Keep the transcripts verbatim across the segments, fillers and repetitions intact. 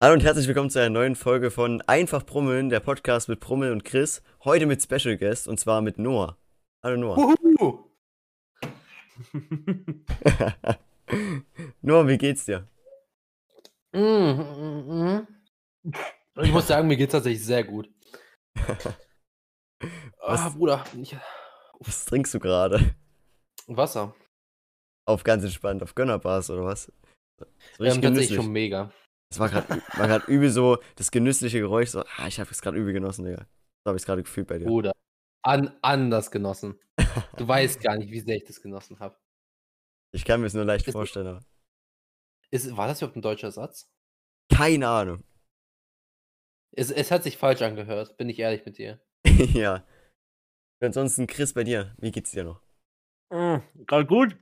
Hallo und herzlich willkommen zu einer neuen Folge von Einfach Brummeln, der Podcast mit Brummel und Chris. Heute mit Special Guest und zwar mit Noah. Hallo Noah. Wuhu! Noah, wie geht's dir? Mm, mm, mm. Ich muss sagen, mir geht's tatsächlich sehr gut. Was, Ah, Bruder. Ich, was trinkst du gerade? Wasser. Auf ganz entspannt, auf Gönnerbars oder was? So richtig Ähm, tatsächlich genüsslich. schon mega. Es war gerade war grad übel so, das genüssliche Geräusch, so, ah, ich habe es gerade übel genossen, Digga. So habe ich es gerade gefühlt bei dir. Bruder. An, anders genossen. Du weißt gar nicht, wie sehr ich das genossen habe. Ich kann mir es nur leicht Ist, vorstellen, aber ist, war das überhaupt ein deutscher Satz? keine Ahnung. Es, es hat sich falsch angehört, bin ich ehrlich mit dir. Ja. Ansonsten, Chris, bei dir, wie geht's dir noch? Mm, gerade gut.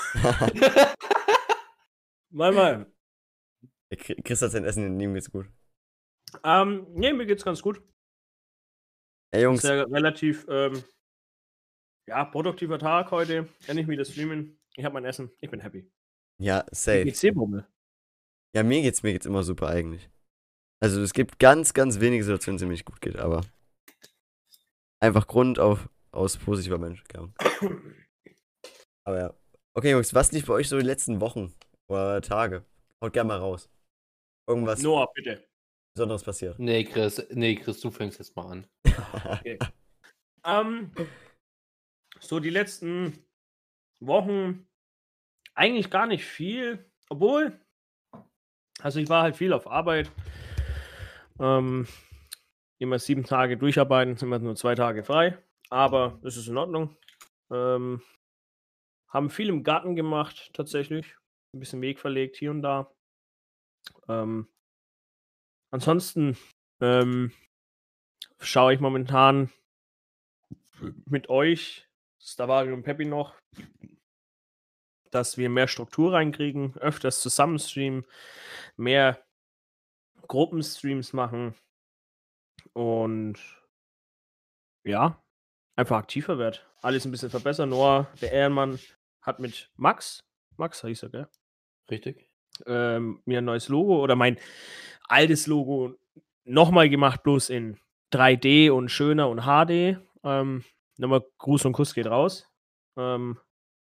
Mal, mal. Chris hat sein Essen, ihm geht's gut. Ähm, nee, mir geht's ganz gut. Ey, Jungs. Ist ja relativ, ähm, ja, produktiver Tag heute. Endlich wieder streamen. Ich habe mein Essen. Ich bin happy. Ja, Wie safe. geht's dir, Bummel? Ja, mir geht's, mir geht's immer super eigentlich. Also es gibt ganz, ganz wenige Situationen, in denen es mir nicht gut geht, aber einfach Grund auf aus positiver Mensch. Ja. Aber ja. Okay, Jungs, was lief bei euch so die letzten Wochen oder Tage? Haut gerne mal raus. Irgendwas Noah, bitte. Besonderes passiert. Nee, Chris, nee, Chris, du fängst jetzt mal an. Okay. ähm, so die letzten Wochen eigentlich gar nicht viel. Obwohl, also ich war halt viel auf Arbeit. Ähm, immer sieben Tage durcharbeiten, sind wir nur zwei Tage frei. Aber das ist in Ordnung. Ähm, haben viel im Garten gemacht, tatsächlich. Ein bisschen Weg verlegt hier und da. Ähm, ansonsten ähm, schaue ich momentan mit euch, Stavario und Peppi noch, dass wir mehr Struktur reinkriegen, öfters zusammen streamen, mehr Gruppenstreams machen und ja, einfach aktiver wird. Alles ein bisschen verbessern. Noah, der Ehrenmann, hat mit Max, Max hieß er, gell? Richtig? Ähm, mir ein neues Logo oder mein altes Logo nochmal gemacht, bloß in drei D und schöner und H D. Ähm, nochmal Gruß und Kuss geht raus. Ähm,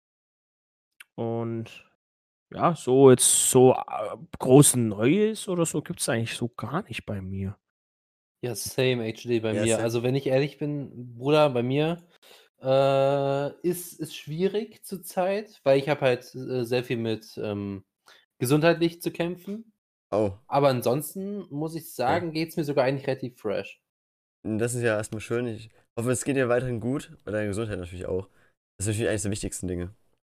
und ja, so jetzt so äh, große Neues oder so gibt es eigentlich so gar nicht bei mir. Ja, same H D bei Ja, mir. same. Also wenn ich ehrlich bin, Bruder, bei mir äh, ist es schwierig zurzeit, weil ich habe halt äh, sehr viel mit ähm, gesundheitlich zu kämpfen. Oh, Aber ansonsten muss ich sagen, geht's mir sogar eigentlich relativ fresh. das ist ja erstmal schön. Ich hoffe, es geht dir weiterhin gut. Bei deiner Gesundheit natürlich auch. Das ist natürlich eines der wichtigsten Dinge.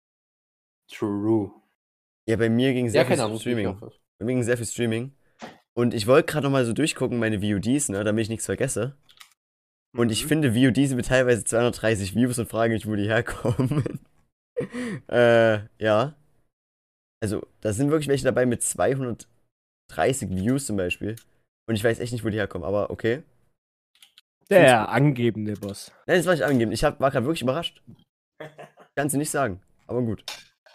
True. Ja, bei mir ging sehr Ja, viel keine Ahnung, wie ich Streaming. hoffe. Bei mir ging sehr viel Streaming. Und ich wollte gerade nochmal so durchgucken, meine V O Ds, ne, damit ich nichts vergesse. Und ich Mhm. finde, V O Ds mit teilweise zweihundertdreißig Views und frage mich, wo die herkommen. äh, ja. Also, da sind wirklich welche dabei mit zweihundertdreißig Views zum Beispiel. Und ich weiß echt nicht, wo die herkommen, aber okay. Der angebende Boss. Nein, das war nicht angegeben. Ich hab, war gerade wirklich überrascht. Kannst du nicht sagen, aber gut.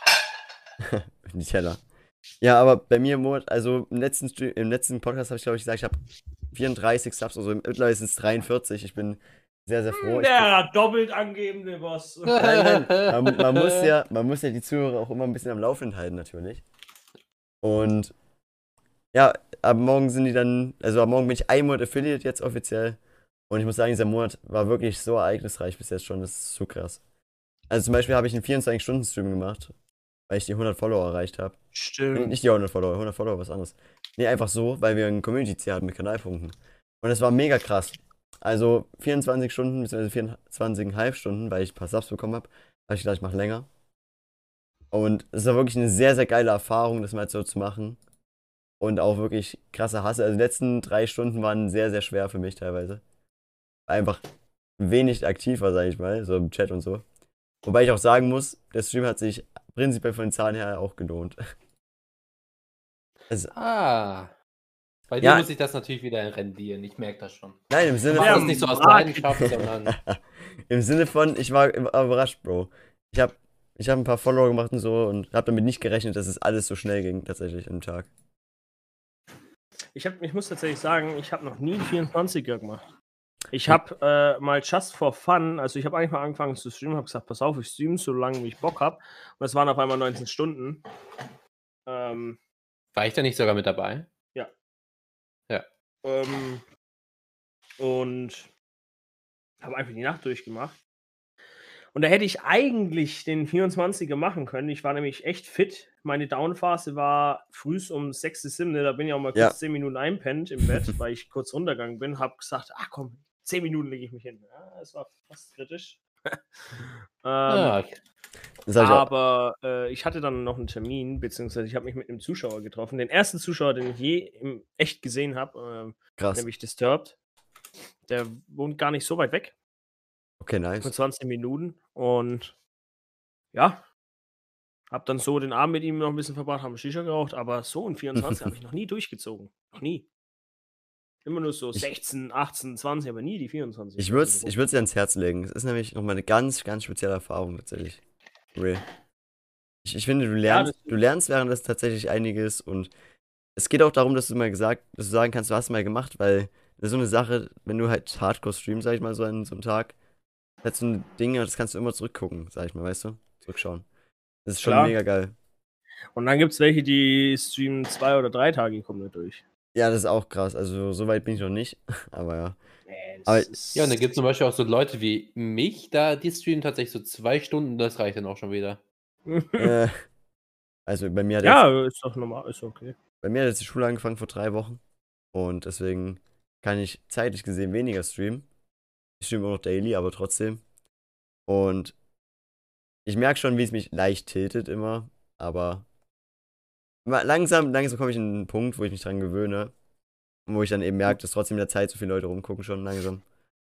Die Teller. Ja, aber bei mir im Monat, also im letzten, Stream, im letzten Podcast habe ich, glaube ich, gesagt, ich habe vierunddreißig Subs, also mittlerweile sind es dreiundvierzig. Ich bin sehr, sehr froh. Ich bin, Der doppelt angebende Boss. nein, nein, man, man, muss ja, man muss ja die Zuhörer auch immer ein bisschen am Laufenden halten, natürlich. Und ja, ab morgen sind die dann, also ab morgen bin ich ein Monat Affiliate jetzt offiziell. Und ich muss sagen, dieser Monat war wirklich so ereignisreich bis jetzt schon, das ist so krass. Also zum Beispiel habe ich einen vierundzwanzig-Stunden-Stream gemacht, weil ich die hundert Follower erreicht habe. Nee, Stimmt. nicht die hundert Follower, hundert Follower, was anderes. Nee, einfach so, weil wir ein Community-Ziel hatten mit Kanalpunkten. Und es war mega krass. Also vierundzwanzig Stunden, bzw. vierundzwanzig Komma fünf Stunden, weil ich ein paar Subs bekommen habe, habe ich gedacht, ich mache länger. Und es war wirklich eine sehr, sehr geile Erfahrung, das mal so zu machen. Und auch wirklich krasse Hasse. Also die letzten drei Stunden waren sehr, sehr schwer für mich teilweise. Einfach wenig aktiv war, sage ich mal, so im Chat und so. Wobei ich auch sagen muss, der Stream hat sich prinzipiell von den Zahlen her auch gelohnt. Also, Ah. Bei dir Ja. muss ich das natürlich wieder rendieren. Ich merke das schon. nein, im Du Sinne machst Ja, das von. nicht so aus Mark. Leidenschaft, sondern. Im Sinne von, ich war überrascht, Bro. Ich habe ich hab ein paar Follower gemacht und so und habe damit nicht gerechnet, dass es alles so schnell ging, tatsächlich, am Tag. Ich, hab, ich muss tatsächlich sagen, ich habe noch nie einen vierundzwanziger gemacht. Ich habe äh, mal just for fun, also ich habe eigentlich mal angefangen zu streamen, habe gesagt, pass auf, ich streame so lange, wie ich Bock habe. Und es waren auf einmal neunzehn Stunden. Ähm, War ich da nicht sogar mit dabei? Ja. Ja. Ähm, und habe einfach die Nacht durchgemacht. Und da hätte ich eigentlich den vierundzwanziger machen können. Ich war nämlich echt fit. Meine Downphase war frühs um sechs, sieben. Da bin ich auch mal kurz Ja. zehn Minuten einpennt im Bett, weil ich kurz runtergegangen bin. Habe gesagt, ach komm, zehn Minuten lege ich mich hin. Ja, es war fast kritisch. ähm, Ah, okay. Das hab ich auch. aber äh, ich hatte dann noch einen Termin, beziehungsweise ich habe mich mit einem Zuschauer getroffen. Den ersten Zuschauer, den ich je im echt gesehen habe, äh, Krass. nämlich Disturbed. Der wohnt gar nicht so weit weg. Okay, Für nice. zwanzig Minuten. Und ja, hab dann so den Abend mit ihm noch ein bisschen verbracht, haben Shisha geraucht, aber so ein vierundzwanzig habe ich noch nie durchgezogen. Noch nie. Immer nur so Ich- sechzehn, achtzehn, zwanzig, aber nie die vierundzwanzig. Ich würde es ich würd's dir ans Herz legen. Es ist nämlich nochmal eine ganz, ganz spezielle Erfahrung tatsächlich. Real. Ich, ich finde, du lernst, das- du lernst währenddessen tatsächlich einiges und es geht auch darum, dass du mal gesagt, dass du sagen kannst, du hast mal gemacht, weil das ist so eine Sache, wenn du halt Hardcore streamst, sag ich mal, so an so einem Tag, halt so ein Ding, das kannst du immer zurückgucken, sag ich mal, weißt du? Zurückschauen. Das ist schon Klar. mega geil. Und dann gibt es welche, die streamen zwei oder drei Tage komplett durch. Ja, das ist auch krass. Also, so weit bin ich noch nicht, aber ja. Nee, das Aber- ist- Ja, und dann gibt es zum Beispiel auch so Leute wie mich, da die streamen tatsächlich so zwei Stunden, das reicht dann auch schon wieder. äh, also, bei mir hat jetzt, ja, ist doch normal, ist okay. bei mir hat jetzt die Schule angefangen vor drei Wochen und deswegen kann ich zeitlich gesehen weniger streamen. Ich streame immer noch daily, aber trotzdem. Und ich merke schon, wie es mich leicht tiltet immer, aber ma- langsam, langsam komme ich in einen Punkt, wo ich mich dran gewöhne. Und wo ich dann eben merke, dass trotzdem in der Zeit so viele Leute rumgucken schon langsam.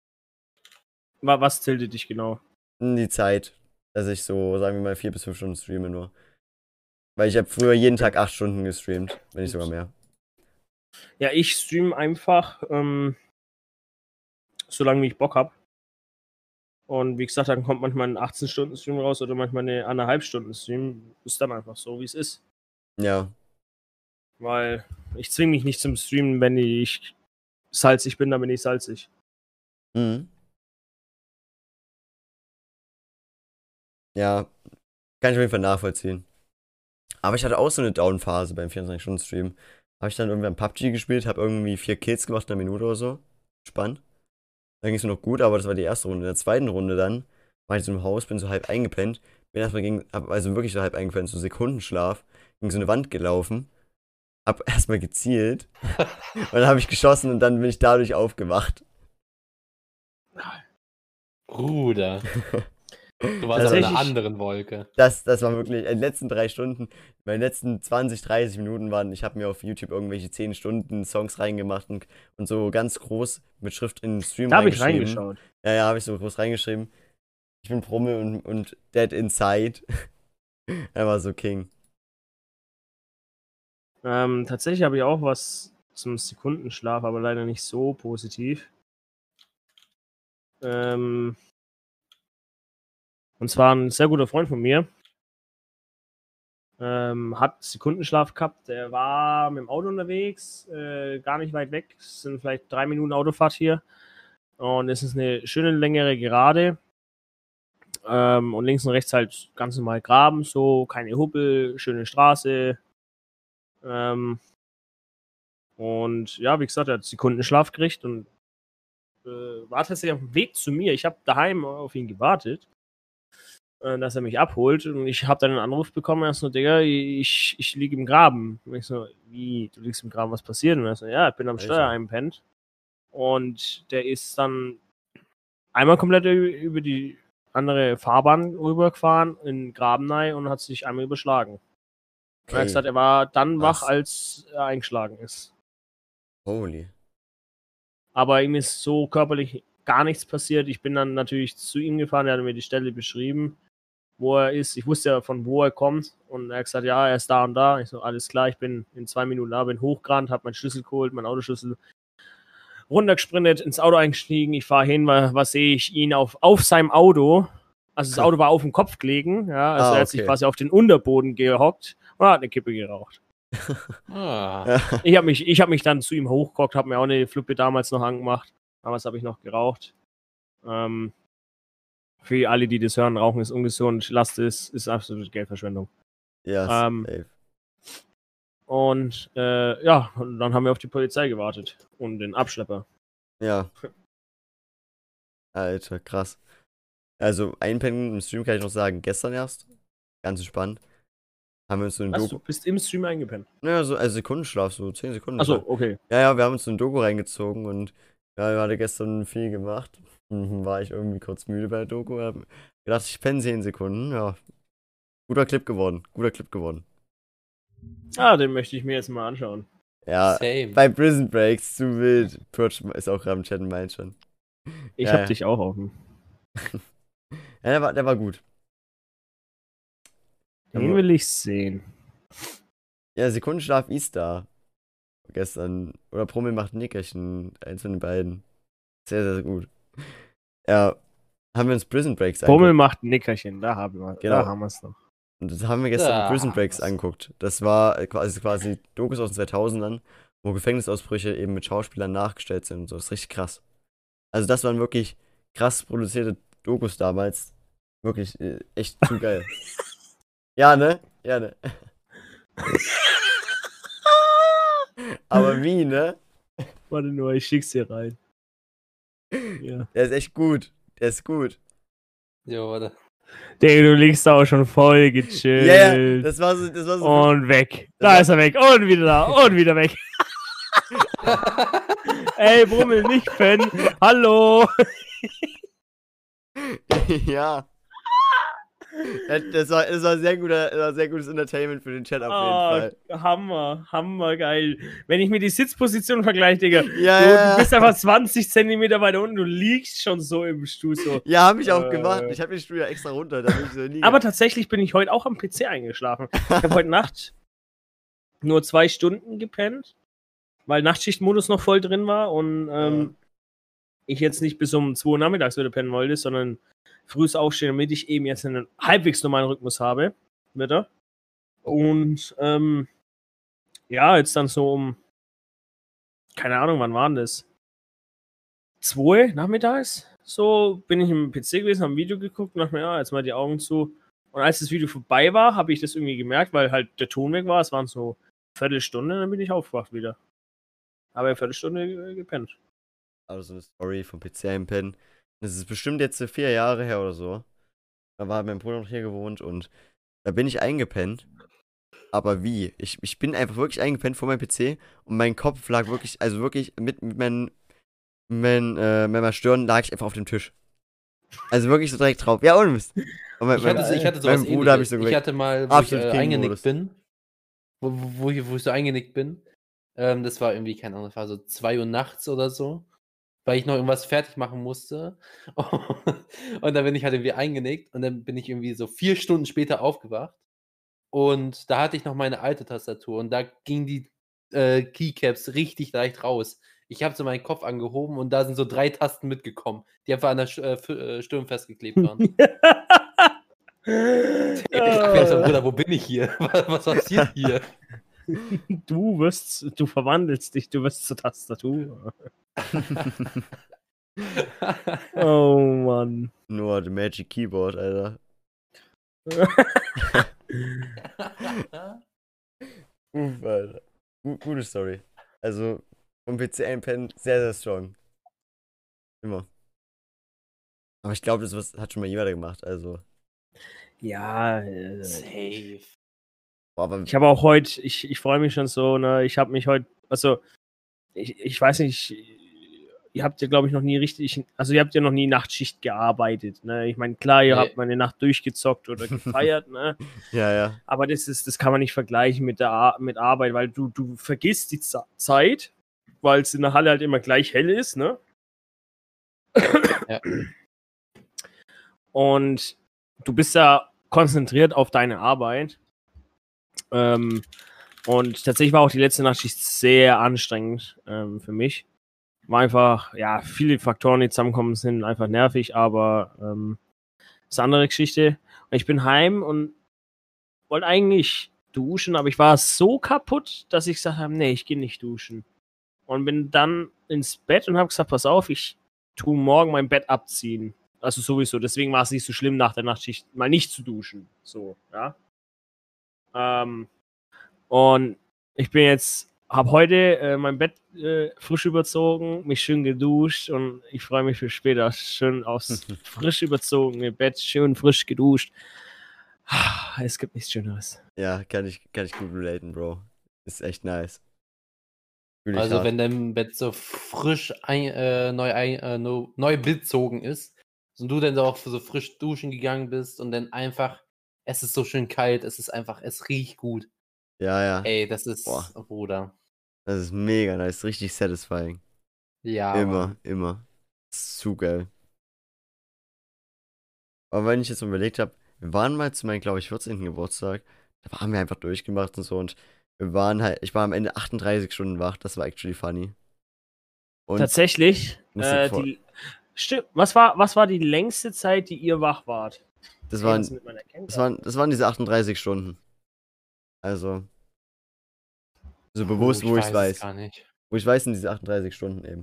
Wa- Was tiltet dich genau? In die Zeit, dass ich so, sagen wir mal, vier bis fünf Stunden streame nur. Weil ich habe früher jeden Tag acht Stunden gestreamt, wenn nicht sogar mehr. Ja, ich stream einfach, ähm, solange wie ich Bock habe. Und wie gesagt, dann kommt manchmal ein achtzehn-Stunden-Stream raus oder manchmal eine anderthalb Stunden-Stream. Ist dann einfach so, wie es ist. Ja, Weil ich zwinge mich nicht zum Streamen, wenn ich salzig bin, dann bin ich salzig. mhm. Ja, kann ich auf jeden Fall nachvollziehen. Aber ich hatte auch so eine Down-Phase beim vierundzwanzig-Stunden-Stream. Habe ich dann irgendwann P U B G gespielt, habe irgendwie vier Kills gemacht in einer Minute oder so. Spannend. Dann ging es mir noch gut, aber das war die erste Runde. In der zweiten Runde dann war ich so im Haus, bin so halb eingepennt. Bin erstmal gegen, hab also wirklich so halb eingepennt, so Sekundenschlaf, gegen so eine Wand gelaufen. Hab erstmal gezielt. Und dann habe ich geschossen und dann bin ich dadurch aufgewacht. Bruder. Du warst Das- in einer Tatsächlich- anderen Wolke. Das, das war wirklich, in den letzten drei Stunden, meine letzten zwanzig, dreißig Minuten waren, ich habe mir auf YouTube irgendwelche zehn Stunden Songs reingemacht und, und so ganz groß mit Schrift in den Stream Da habe ich reingeschrieben. reingeschaut. Ja, ja, habe ich so groß reingeschrieben. Ich bin Brummel und, und Dead Inside. Er war so King. Ähm, tatsächlich habe ich auch was zum Sekundenschlaf, aber leider nicht so positiv. Ähm, und zwar ein sehr guter Freund von mir. Ähm, hat Sekundenschlaf gehabt. Der war mit dem Auto unterwegs, äh, gar nicht weit weg. Es sind vielleicht drei Minuten Autofahrt hier. Und es ist eine schöne längere Gerade. Ähm, und links und rechts halt ganz normal Graben, so keine Hubbel, schöne Straße. Ähm, und ja, wie gesagt, er hat Sekundenschlaf gekriegt und äh, war tatsächlich auf dem Weg zu mir. Ich habe daheim auf ihn gewartet, äh, dass er mich abholt. Und ich habe dann einen Anruf bekommen, er ist so, Digga, ich, ich liege im Graben. Und ich so, wie, du liegst im Graben, was passiert? Und er so, ja, ich bin am Alter. Steuer einpennt. Und der ist dann einmal komplett ü- über die andere Fahrbahn rübergefahren, in den Graben rein und hat sich einmal überschlagen. Er hat gesagt, er war dann wach, Was? als er eingeschlagen ist. Holy. Aber ihm ist so körperlich gar nichts passiert. Ich bin dann natürlich zu ihm gefahren, er hat mir die Stelle beschrieben, wo er ist. Ich wusste ja, von wo er kommt. Und er hat gesagt, ja, er ist da und da. Ich so, alles klar, ich bin in zwei Minuten da, bin hochgerannt, habe meinen Schlüssel geholt, meinen Autoschlüssel, runtergesprintet, ins Auto eingestiegen. Ich fahre hin, wa- was sehe ich ihn auf, auf seinem Auto. Also das Auto war auf dem Kopf gelegen. Ja, also Ah, er hat sich okay. quasi auf den Unterboden gehockt und hat eine Kippe geraucht. Ah. Ja. Ich habe mich, ich hab mich dann zu ihm hochgehockt, habe mir auch eine Fluppe damals noch angemacht. Damals habe ich noch geraucht. Ähm, für alle, die das hören, Rauchen ist ungesund, lasst es, ist absolute Geldverschwendung. Ja, Ähm, safe. Und äh, ja, und dann haben wir auf die Polizei gewartet und den Abschlepper. Ja. Alter, krass. Also, einpennen im Stream kann ich noch sagen, gestern erst. Ganz entspannt. Haben wir uns so ein Was, Doku. du bist im Stream eingepennt? Naja, so also Sekundenschlaf, so zehn Sekunden. Achso, okay. Ja, ja, wir haben uns so ein Doku reingezogen und ja, wir hatten gestern viel gemacht. Mhm, war ich irgendwie kurz müde bei der Doku. Hab gedacht, ich penne zehn Sekunden. Ja. Guter Clip geworden. Guter Clip geworden. Ah, den möchte ich mir jetzt mal anschauen. Ja, Same. bei Prison Breaks zu wild. Purge ist auch gerade im Chat und meint schon. Ich Ja, hab ja. dich auch offen. Ja, der war, der war gut. Den will ich sehen. Ja, Sekundenschlaf ist da. Gestern. Oder Promel macht Nickerchen. Eins von den beiden. Sehr, sehr gut. Ja, haben wir uns Prison Breaks Pummel macht ein Nickerchen, da haben wir Genau. da haben wir es noch. Und das haben wir gestern Da Prison haben Breaks wir's. angeguckt. Das war äh, quasi, quasi Dokus aus den zweitausendern, wo Gefängnisausbrüche eben mit Schauspielern nachgestellt sind und so. Das ist richtig krass. Also das waren wirklich krass produzierte Dokus damals. Wirklich äh, echt zu geil. Ja, ne? Ja, ne? Aber wie, ne? Warte nur, ich schick's dir rein. Ja. Der ist echt gut. Der ist gut. Jo, warte. Digga, du liegst da auch schon voll Ja, gechillt. ja, das war so, das war so. Und weg. Das Da war- ist er weg. Und wieder da. Und wieder weg. Ey, Brummel, nicht pennen. Hallo. Ja. Das war, das war sehr guter, das war sehr gutes Entertainment für den Chat auf jeden Ah, Fall. Hammer, hammer geil. Wenn ich mir die Sitzposition vergleiche, Digga, Ja, du, ja. du bist einfach zwanzig Zentimeter weiter unten, du liegst schon so im Stuhl so. Ja, hab ich auch Äh. gemacht. Ich habe den Stuhl ja extra runter, damit ich so liege. Aber tatsächlich bin ich heute auch am P C eingeschlafen. Ich habe heute Nacht nur zwei Stunden gepennt, weil Nachtschichtmodus noch voll drin war und ähm, ich jetzt nicht bis um zwei Uhr nachmittags wieder pennen wollte, sondern frühs aufstehen, damit ich eben jetzt einen halbwegs normalen Rhythmus habe. Wieder. Und ähm, ja, jetzt dann so um, keine Ahnung, wann war denn das? Zwei nachmittags? So bin ich im P C gewesen, habe ein Video geguckt und dachte mir, ja, jetzt mal die Augen zu. Und als das Video vorbei war, habe ich das irgendwie gemerkt, weil halt der Ton weg war. Es waren so eine Viertelstunde, dann bin ich aufgewacht wieder. Aber eine Viertelstunde äh, gepennt. Also so eine Story vom P C einpennen. Das ist bestimmt jetzt vier Jahre her oder so. Da war mein Bruder noch hier gewohnt und da bin ich eingepennt. Aber wie? Ich, ich bin einfach wirklich eingepennt vor meinem P C und mein Kopf lag wirklich, also wirklich mit, mit meinen, mein, äh, mit meiner Stirn lag ich einfach auf dem Tisch. Also wirklich so direkt drauf. Ja, ohne Mist. Und mein, Ich hatte, so- ich hatte mein sowas Bruder habe ich ähnliches. so Ich geweckt. hatte mal, wo Absolut ich äh, King-Modus. eingenickt bin, wo, wo, wo, ich, wo ich so eingenickt bin, ähm, das war irgendwie, keine Ahnung, das war so zwei Uhr nachts oder so, weil ich noch irgendwas fertig machen musste. Und dann bin ich halt irgendwie eingenickt und dann bin ich irgendwie so vier Stunden später aufgewacht. Und da hatte ich noch meine alte Tastatur und da ging die äh, Keycaps richtig leicht raus. Ich habe so meinen Kopf angehoben und da sind so drei Tasten mitgekommen, die einfach an der Sch- äh, F- äh, Stirn festgeklebt waren. Ich dachte so, Bruder, wo bin ich hier? Was, was passiert hier? Du wirst, du verwandelst dich, du wirst zur Tastatur. Oh Mann. Nur the Magic Keyboard, Alter. Uff, Alter. Gu- Gute Story. Also, vom P C einpennen, sehr, sehr strong. Immer. Aber ich glaube, das was, hat schon mal jeder gemacht, also. Ja, äh, Safe. Boah, aber ich habe auch heute, ich, ich freue mich schon so, ne, ich habe mich heute, also, ich, ich weiß nicht, ihr habt ja, glaube ich, noch nie richtig, also ihr habt ja noch nie Nachtschicht gearbeitet, ne, ich meine, klar, ihr Nee. habt mal eine Nacht durchgezockt oder gefeiert, ne, ja, ja. aber das ist, das kann man nicht vergleichen mit der Ar mit Arbeit, weil du, du vergisst die Z Zeit, weil es in der Halle halt immer gleich hell ist, ne. Ja. Und du bist ja konzentriert auf deine Arbeit. Ähm, und tatsächlich war auch die letzte Nachtschicht sehr anstrengend ähm, für mich. War einfach, ja, viele Faktoren, die zusammenkommen, sind einfach nervig, aber ähm, das ist eine andere Geschichte. Und ich bin heim und wollte eigentlich duschen, aber ich war so kaputt, dass ich gesagt habe, nee, ich gehe nicht duschen. Und bin dann ins Bett und habe gesagt, pass auf, ich tue morgen mein Bett abziehen. Also sowieso, deswegen war es nicht so schlimm, nach der Nachtschicht mal nicht zu duschen. So, ja. Ähm, und ich bin jetzt, habe heute äh, mein Bett äh, frisch überzogen, mich schön geduscht und ich freue mich für später. Schön aufs frisch überzogene Bett, schön frisch geduscht. Es gibt nichts Schöneres. Ja, kann ich, kann ich gut relaten, Bro. Ist echt nice. Fühl ich Also hart. wenn dein Bett so frisch ein, äh, neu, ein, äh, no, neu bezogen ist und du dann auch so frisch duschen gegangen bist und dann einfach, es ist so schön kalt, es ist einfach, es riecht gut. Ja, ja. Ey, das ist, Boah. Bruder. Das ist mega nice. Richtig satisfying. Ja, Immer, Mann. immer. Zu geil. Aber wenn ich jetzt mal überlegt habe, wir waren mal zu meinem, glaube ich, vierzehnten Geburtstag. Da haben wir einfach durchgemacht und so. Und wir waren halt, ich war am Ende achtunddreißig Stunden wach. Das war actually funny. Und Tatsächlich, Musik äh, vor- die, stimmt, was war, was war die längste Zeit, die ihr wach wart? das Ey, waren, was mit meiner Camper? das waren, das waren diese achtunddreißig Stunden. Also, so bewusst, Puh, wo ich es es weiß. gar nicht. Wo ich weiß, sind diese achtunddreißig Stunden eben.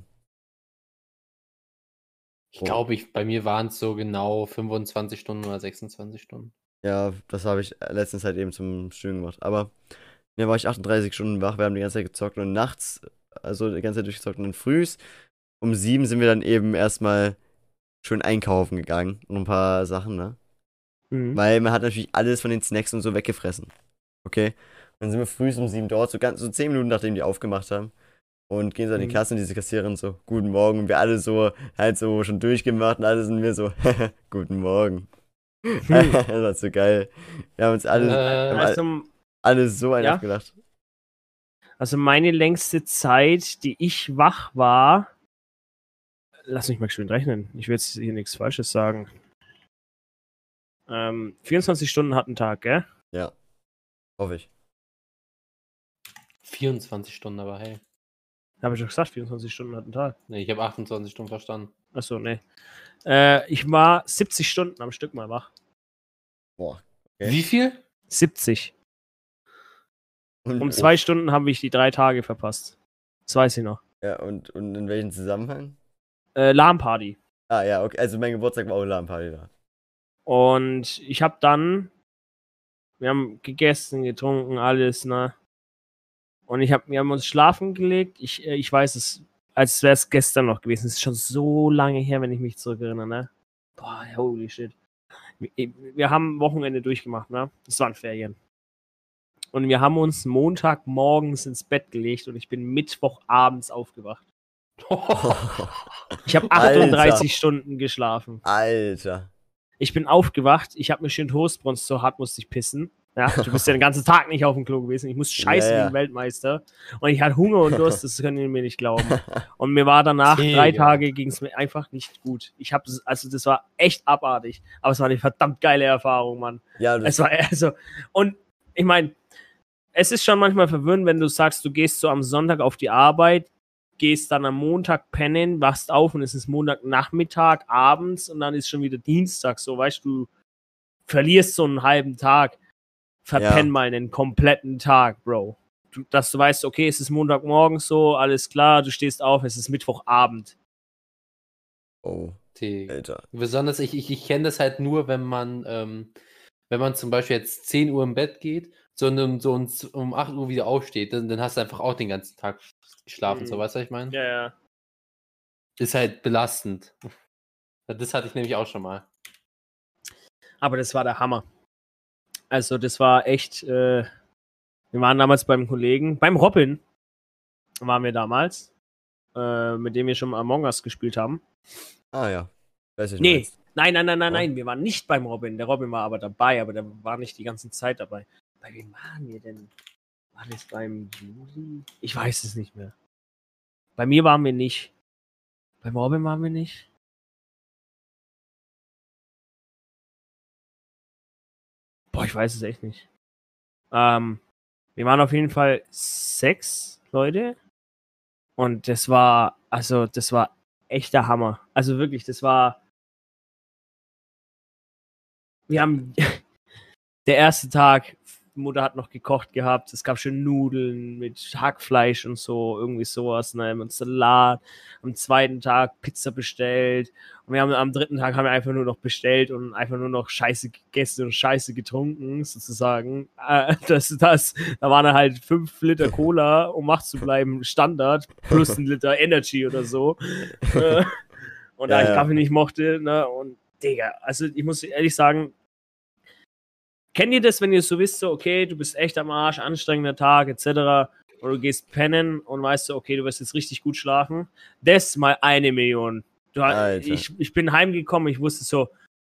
Ich Oh. glaube, ich, bei mir waren es so genau fünfundzwanzig Stunden oder sechsundzwanzig Stunden. Ja, das habe ich letztens halt eben zum Studium gemacht. Aber ja, war ich achtunddreißig Stunden wach, wir haben die ganze Zeit gezockt und nachts, also die ganze Zeit durchgezockt und dann frühs um sieben sind wir dann eben erstmal schön einkaufen gegangen und ein paar Sachen, ne? Mhm. Weil man hat natürlich alles von den Snacks und so weggefressen. Okay? Dann sind wir frühs um sieben dort, so ganz so zehn Minuten nachdem die aufgemacht haben. Und gehen so in die Mhm. Kasse und diese Kassiererin so, guten Morgen. Und wir alle so, halt so schon durchgemacht und alle sind wir so, guten Morgen. Das war so geil. Wir haben uns alle, Äh, haben alle, Also, alle so einen ja. aufgelacht. also meine längste Zeit, die ich wach war, lass mich mal schön rechnen. Ich will jetzt hier nichts Falsches sagen. Ähm, vierundzwanzig Stunden hat ein Tag, gell? Ja, hoffe ich. vierundzwanzig Stunden, aber hey. Habe ich doch gesagt, vierundzwanzig Stunden hat ein Tag. Nee, ich habe achtundzwanzig Stunden verstanden. Achso, nee. Äh, ich war siebzig Stunden am Stück mal wach. Boah. Okay. Wie viel? siebzig. Und, Um zwei Stunden habe ich die drei Tage verpasst. Das weiß ich noch. ja, und, und in welchem Zusammenhang? Äh, LAN-Party. Ah, ja, okay. Also mein Geburtstag war auch LAN-Party da. Und ich habe dann, wir haben gegessen, getrunken, alles, ne? Und ich hab, wir haben uns schlafen gelegt. Ich, äh, ich weiß es, als wäre es gestern noch gewesen. Es ist schon so lange her, wenn ich mich zurückerinnere, ne? Boah, holy shit. Wir, wir haben Wochenende durchgemacht, ne? Das waren Ferien. Und wir haben uns Montagmorgens ins Bett gelegt und ich bin Mittwochabends aufgewacht. Ich habe achtunddreißig Stunden geschlafen. Alter. Ich bin aufgewacht, ich habe mir schön Toastbrunst, so hart musste ich pissen. Ja, du bist ja den ganzen Tag nicht auf dem Klo gewesen. Ich muss scheißen Ja, ja. wie ein Weltmeister. Und ich hatte Hunger und Durst, das können ihr mir nicht glauben. Und mir war danach, Digga. drei Tage ging es mir einfach nicht gut. Ich habe, also das war echt abartig. Aber es war eine verdammt geile Erfahrung, Mann. Ja, das Es war also, und ich meine, es ist schon manchmal verwirrend, wenn du sagst, du gehst so am Sonntag auf die Arbeit, gehst dann am Montag pennen, wachst auf und es ist Montagnachmittag, abends und dann ist schon wieder Dienstag, so, weißt du, du verlierst so einen halben Tag, verpenn Ja. mal einen kompletten Tag, Bro. Du, dass du weißt, okay, es ist Montagmorgen so, alles klar, du stehst auf, es ist Mittwochabend. Oh, Digga. Alter. Besonders, ich, ich, ich kenne das halt nur, wenn man, ähm, wenn man zum Beispiel jetzt zehn Uhr im Bett geht, sondern so um, um acht Uhr wieder aufsteht, dann, dann hast du einfach auch den ganzen Tag geschlafen, Mhm. so, weißt du, was ich meine? Ja, ja. Ist halt belastend. Das hatte ich nämlich auch schon mal. Aber das war der Hammer. Also, das war echt, äh, wir waren damals beim Kollegen, beim Robin waren wir damals, äh, mit dem wir schon mal Among Us gespielt haben. Ah ja. Weiß ich Nee, meinst. nein, nein, nein, nein, Oh. nein, wir waren nicht beim Robin. Der Robin war aber dabei, aber der war nicht die ganze Zeit dabei. Bei wem waren wir denn? War das beim Juli? Ich weiß es nicht mehr. Bei mir waren wir nicht. Beim Robin waren wir nicht. Boah, ich weiß es echt nicht. Ähm, wir waren auf jeden Fall sechs Leute. Und das war, also, das war echter Hammer. Also wirklich, das war. Wir haben. Der erste Tag, die Mutter hat noch gekocht gehabt. Es gab schon Nudeln mit Hackfleisch und so, irgendwie sowas, ne, und Salat. Am zweiten Tag Pizza bestellt. Und wir haben am dritten Tag haben wir einfach nur noch bestellt und einfach nur noch Scheiße gegessen und Scheiße getrunken, sozusagen. Äh, das, das, da waren dann halt fünf Liter Cola, um wach zu bleiben, Standard, plus ein Liter Energy oder so. Äh, und da Ja, ich ja. Kaffee nicht mochte, ne, und Digga, also ich muss ehrlich sagen, kennt ihr das, wenn ihr so wisst, so, okay, du bist echt am Arsch, anstrengender Tag, et cetera, und du gehst pennen und weißt so, okay, du wirst jetzt richtig gut schlafen? Das mal eine Million. Du, Alter. ich, ich bin heimgekommen, ich wusste so,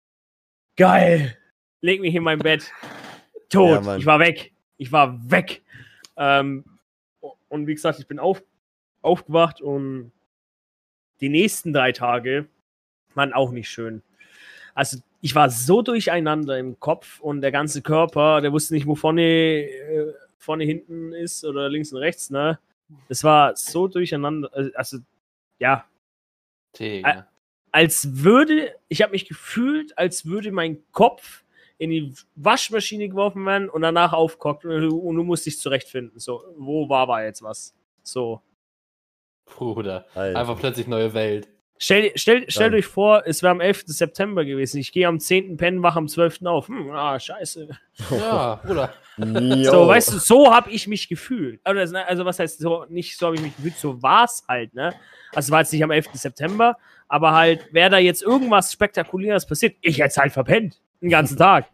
geil, leg mich in mein Bett, tot, Ja, Mann. ich war weg, ich war weg. Ähm, und wie gesagt, ich bin auf, aufgewacht und die nächsten drei Tage waren auch nicht schön. Also ich war so durcheinander im Kopf und der ganze Körper, der wusste nicht, wo vorne, äh, vorne hinten ist oder links und rechts, ne? Das war so durcheinander, also ja, Digga. als würde, ich habe mich gefühlt, als würde mein Kopf in die Waschmaschine geworfen werden und danach aufkocht und du, und du musst dich zurechtfinden. So, wo war war jetzt was? So. Bruder. Alter. Einfach plötzlich neue Welt. Stell, stell, stellt Dann. euch vor, es wäre am elften September gewesen. Ich gehe am zehnten pennen, wach am zwölften auf. Hm, ah, scheiße. Ja, Bruder. Jo. So, weißt du, so habe ich mich gefühlt. Also, also was heißt so, nicht so habe ich mich gefühlt, so war es halt, ne? Also es war jetzt nicht am elften September, aber halt, wäre da jetzt irgendwas Spektakuläres passiert, ich hätte es halt verpennt. Den ganzen Tag.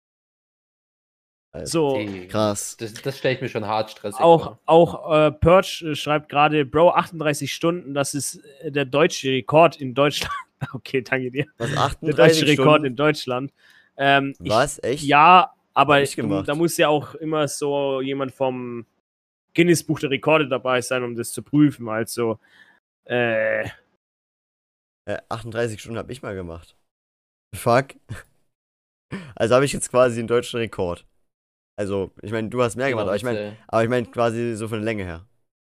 Alter. So. Digga. Krass. Das, das stelle ich mir schon hart stressig Auch, vor. auch äh, Perch äh, schreibt gerade, Bro, achtunddreißig Stunden, das ist äh, der deutsche Rekord in Deutschland. Okay, danke dir. Was, Der deutsche achtunddreißig Rekord Stunden? in Deutschland. Ähm, ich, Was? Echt? Ja, aber Hab ich du, gemacht. da muss ja auch immer so jemand vom Guinness-Buch der Rekorde dabei sein, um das zu prüfen. Also, äh, Äh, achtunddreißig Stunden habe ich mal gemacht. Fuck. Also habe ich jetzt quasi den deutschen Rekord. Also, ich meine, du hast mehr gemacht, aber ich meine, aber ich meine quasi so von der Länge her.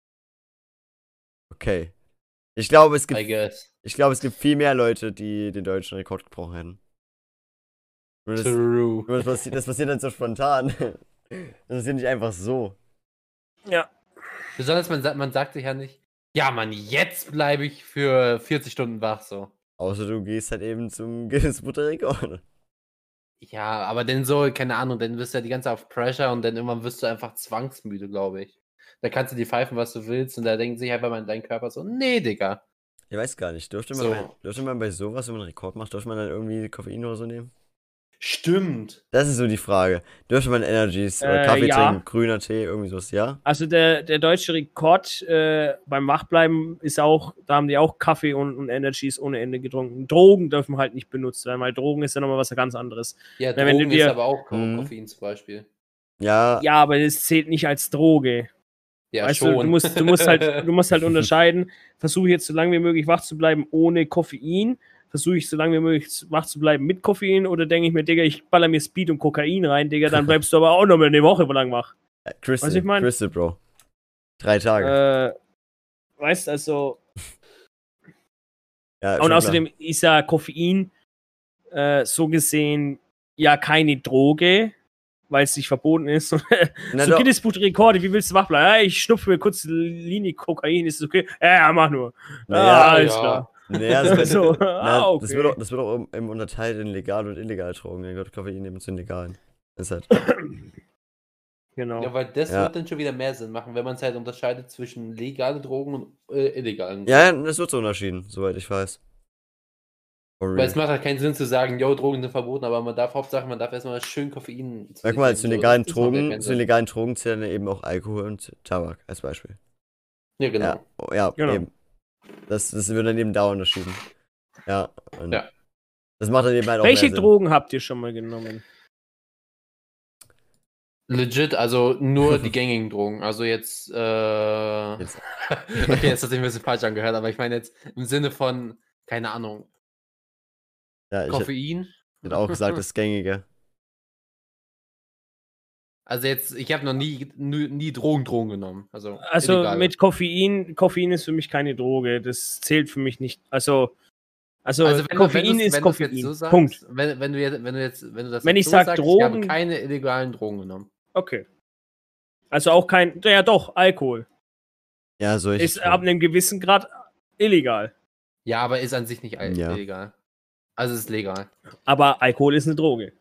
Okay. Ich glaube, es I gibt, guess. ich glaube, es gibt viel mehr Leute, die den deutschen Rekord gebrochen hätten. Nur das, True. nur das, passiert, das passiert dann so spontan. Das passiert nicht einfach so. ja. Besonders man, sa- man sagt sich ja nicht, ja Mann, jetzt bleibe ich für vierzig Stunden wach so. Außer du gehst halt eben zum Guinness Buch der Rekorde. Ja, aber dann so, keine Ahnung, dann wirst du ja die ganze Zeit auf Pressure und dann irgendwann wirst du einfach zwangsmüde, glaube ich. Da kannst du dir pfeifen, was du willst und da denkt sich einfach mal dein Körper so, nee, Digga. Ich weiß gar nicht. Dürfte man, So. bei, dürfte man bei sowas, wenn man einen Rekord macht, dürfte man dann irgendwie Koffein oder so nehmen? Stimmt. Das ist so die Frage. Dürfte man Energies oder Äh, Kaffee ja. trinken, grüner Tee, irgendwie sowas, ja? Also der, der deutsche Rekord äh, beim Wachbleiben ist auch, da haben die auch Kaffee und, und Energies ohne Ende getrunken. Drogen dürfen halt nicht benutzt werden, weil Drogen ist ja nochmal was ganz anderes. Ja, Na, wenn du Drogen dir- ist aber auch Ko Mhm. Koffein zum Beispiel. Ja, Ja, aber das zählt nicht als Droge. Ja, weißt schon. du, du musst, du musst halt, du musst halt unterscheiden, versuche ich jetzt so lange wie möglich wach zu bleiben ohne Koffein, versuche ich so lange wie möglich wach zu bleiben mit Koffein oder denke ich mir, Digga, ich baller mir Speed und Kokain rein, Digga, dann bleibst du aber auch noch mal eine Woche lang wach. äh, Crystal, Was ich mein? Crystal, Bro. Drei Tage. Äh, weißt also, ja, und schon außerdem ist ja Koffein äh, so gesehen ja keine Droge, weil es nicht verboten ist. Na so doch. Guinness Buch der Rekorde, wie willst du wach bleiben? Ja, ich schnupfe mir kurz eine Linie Kokain, ist es okay? Ja, ja, mach nur. Naja, ah, alles ja. klar. Naja, das, So, wird, na, ah, das okay. wird auch, das wird auch im, im unterteilt in legal und illegal Drogen. Dann gehört Koffein eben zu den legalen. Das ist halt. Genau. Ja, weil das Ja. wird dann schon wieder mehr Sinn machen, wenn man es halt unterscheidet zwischen legalen Drogen und äh, illegalen. Ja, ja, das wird so unterschieden, soweit ich weiß. For Weil real. es macht halt keinen Sinn zu sagen, yo, Drogen sind verboten, aber man darf Hauptsache, man darf erstmal schön Koffein. Ja, guck mal, zu den legalen das macht ja Drogen, keinen zu den Sinn. legalen Drogen zählen dann eben auch Alkohol und Tabak als Beispiel. Ja, genau. Ja, oh, ja Genau. eben. Das, das wird dann eben da unterschieden. Ja. Und Ja. Das macht dann eben halt auch Welche mehr Sinn. Drogen habt ihr schon mal genommen? Legit, also nur die gängigen Drogen. Also jetzt, äh. Jetzt. Okay, jetzt hat sich ein bisschen falsch angehört, aber ich meine jetzt im Sinne von, keine Ahnung, Ja, ich Koffein. hätte auch gesagt, das Gängige. Also jetzt, ich habe noch nie, nie, nie Drogen, Drogen genommen. Also, Also illegal. mit Koffein, Koffein ist für mich keine Droge. Das zählt für mich nicht. Also, also, Also wenn Koffein du, wenn du's- ist wenn du's Koffein. jetzt so sagst, Punkt. Wenn, wenn, du jetzt, wenn du jetzt, wenn du das Wenn jetzt ich so sag sagst, ich Drogen- habe keine illegalen Drogen genommen. Okay. Also auch kein, ja doch, Alkohol. Ja, so ich. Ist ab einem gewissen Grad illegal. Ja, aber ist an sich nicht all- Ja. illegal. Also ist legal. Aber Alkohol ist eine Droge.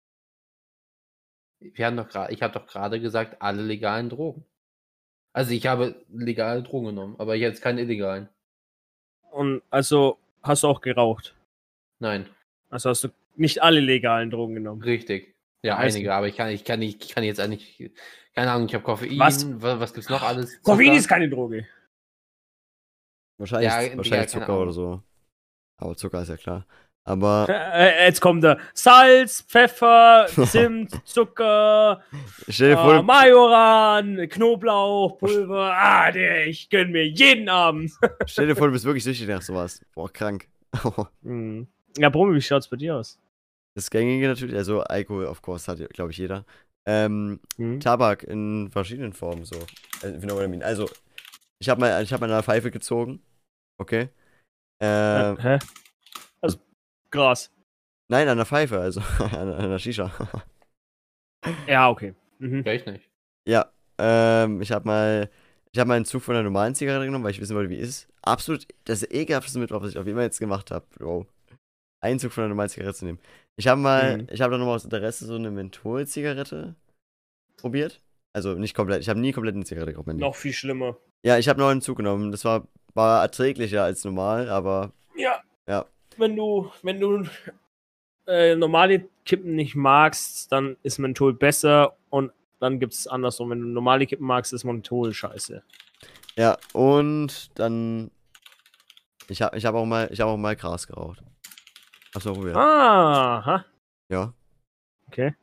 Wir haben doch gerade, ich habe doch gerade gesagt, alle legalen Drogen. Also ich habe legale Drogen genommen, aber jetzt keine illegalen. Und also hast du auch geraucht. Nein, Also hast du nicht alle legalen Drogen genommen. richtig. Ja, Weiß einige, nicht. aber ich kann, ich kann nicht, ich kann jetzt eigentlich, keine Ahnung, ich habe Koffein, Was? was, was gibt's noch alles? Koffein Zucker? ist keine Droge. Wahrscheinlich, Ja, wahrscheinlich ja, keine Zucker Ahnung. oder so. Aber Zucker ist ja klar. Aber Äh, jetzt kommt da Salz, Pfeffer, Zimt, Zucker, stell dir äh, vor, Majoran, Knoblauch, Pulver. Ah, der, ich gönn mir jeden Abend. stell dir vor, du bist wirklich süchtig nach sowas. Boah, krank. Hm. Ja, Brummi, wie schaut's bei dir aus? Das Gängige natürlich, also Alkohol, of course, hat, glaube ich, jeder. Ähm, Hm. Tabak in verschiedenen Formen, so. Also, Phänomen. Also, ich habe mal, ich hab mal eine Pfeife gezogen. Okay. Ähm, Äh, hä? Also, Gras. nein, an der Pfeife, also an, an der Shisha. Ja, okay. Mhm. Ja, ich nicht. Ja, ähm, ich habe mal, ich habe mal einen Zug von einer normalen Zigarette genommen, weil ich wissen wollte, wie es ist. Absolut das ekelhafteste mit, was ich auf jeden Fall jetzt gemacht habe, Bro. Einen Zug von einer normalen Zigarette zu nehmen. Ich habe mal, Mhm. ich habe dann nochmal aus Interesse so eine Menthol-Zigarette probiert. Also nicht komplett, ich habe nie komplett eine Zigarette geraucht. mein Leben. Noch viel schlimmer. Ja, ich habe noch einen Zug genommen. Das war, war erträglicher als normal, aber Ja. Ja. Wenn du, wenn du äh, normale Kippen nicht magst, dann ist Menthol besser und dann gibt es andersrum. Wenn du normale Kippen magst, ist Menthol scheiße. ja, und dann, ich habe ich hab auch mal, ich habe auch mal Gras geraucht. Hast du mal probiert? Aha. Ja, Okay.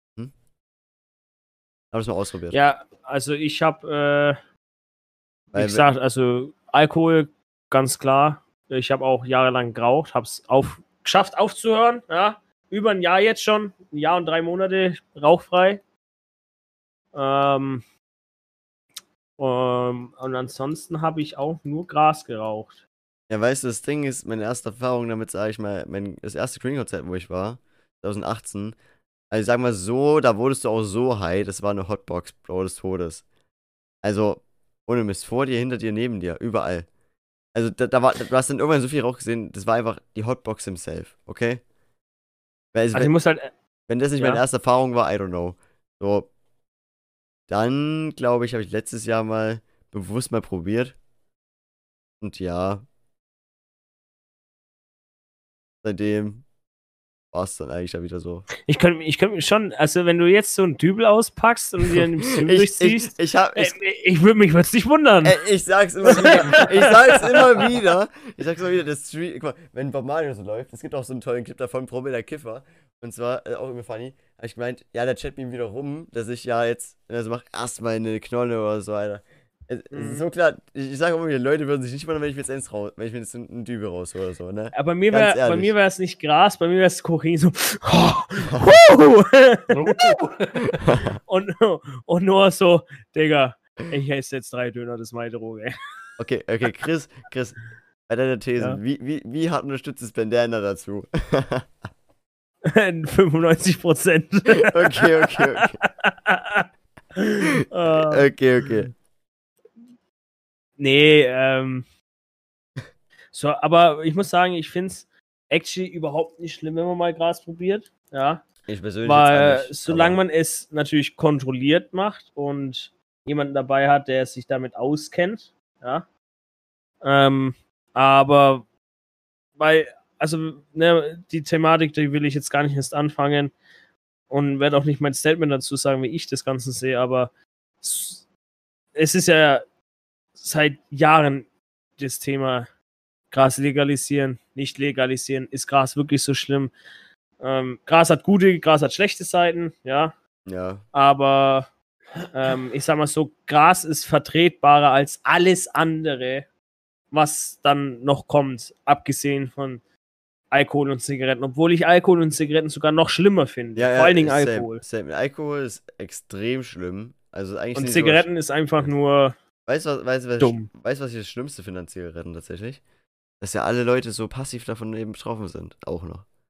habe es mal ausprobiert. Ja, also ich habe, äh, wie Weil- gesagt, also Alkohol, ganz klar. Ich habe auch jahrelang geraucht, habe es auf, geschafft aufzuhören, ja. Über ein Jahr jetzt schon, ein Jahr und drei Monate rauchfrei. Ähm, ähm, und ansonsten habe ich auch nur Gras geraucht. Ja, weißt du, das Ding ist, meine erste Erfahrung damit, sage ich mal, mein, das erste Green-Konzert, wo ich war, zwanzig achtzehn, also ich sag mal so, da wurdest du auch so high, das war eine Hotbox, Bro, des Todes. Also, ohne Mist, vor dir, hinter dir, neben dir, überall. Also, da, da war, du hast dann irgendwann so viel Rauch gesehen, das war einfach die Hotbox himself, okay? Weil, also, Also ich wenn, muss halt, wenn das nicht ja. meine erste Erfahrung war, I don't know. So, dann, glaube ich, habe ich letztes Jahr mal bewusst mal probiert. Und ja, seitdem war es dann eigentlich ja wieder so. ich könnte ich könnt mich schon, also wenn du jetzt so einen Dübel auspackst und dir einen Stream ich, durchziehst, ich, ich, hab, äh, ich, ich würde mich würd's nicht wundern. Ey, ich sag's immer wieder. Ich sag's immer wieder. Ich sag's immer wieder, das Stream. Guck mal, wenn Bob Marley so läuft, es gibt auch so einen tollen Clip davon, Promi der Kiffer. Und zwar, äh, auch immer funny, hab ich gemeint, ja, der chat mir wieder rum, dass ich ja jetzt, also mach erstmal eine Knolle oder so, Alter. Es, es ist Mhm. so klar, ich, ich sag immer wieder, Leute würden sich nicht wundern, wenn ich mir jetzt eins raus, wenn ich mir jetzt einen, einen Dübel raushole oder so, ne? Aber bei mir Ganz wär, bei ehrlich. mir wäre es nicht Gras, bei mir wäre es Kokain so. und, und nur so, Digga, ich esse jetzt drei Döner, das ist meine Droge. Okay, okay, Chris, Chris, bei deiner These, Ja. wie, wie, wie hart unterstützt es Bandana dazu? fünfundneunzig Prozent. Okay, okay, okay. Äh, Okay, okay. nee, ähm. So, aber ich muss sagen, ich finde es actually überhaupt nicht schlimm, wenn man mal Gras probiert. Ja. Ich persönlich Weil, jetzt auch nicht, solange aber- man es natürlich kontrolliert macht und jemanden dabei hat, der sich damit auskennt, ja. Ähm, aber, weil, also, ne, die Thematik, die will ich jetzt gar nicht erst anfangen und werde auch nicht mein Statement dazu sagen, wie ich das Ganze sehe, aber es, es ist ja seit Jahren das Thema Gras legalisieren, nicht legalisieren. Ist Gras wirklich so schlimm? Ähm, Gras hat gute, Gras hat schlechte Seiten, ja. Ja, Aber ähm, ich sag mal so, Gras ist vertretbarer als alles andere, was dann noch kommt, abgesehen von Alkohol und Zigaretten. Obwohl ich Alkohol und Zigaretten sogar noch schlimmer finde. ja, ja, Vor allen Dingen same, Alkohol. Same. Alkohol ist extrem schlimm. Also eigentlich Und sind die Zigaretten ist einfach nur sogar, weißt du, was, weißt, du, was, dumm. weißt, du, was ich das Schlimmste finde an Zigaretten tatsächlich? Dass ja alle Leute so passiv davon eben betroffen sind. Auch noch.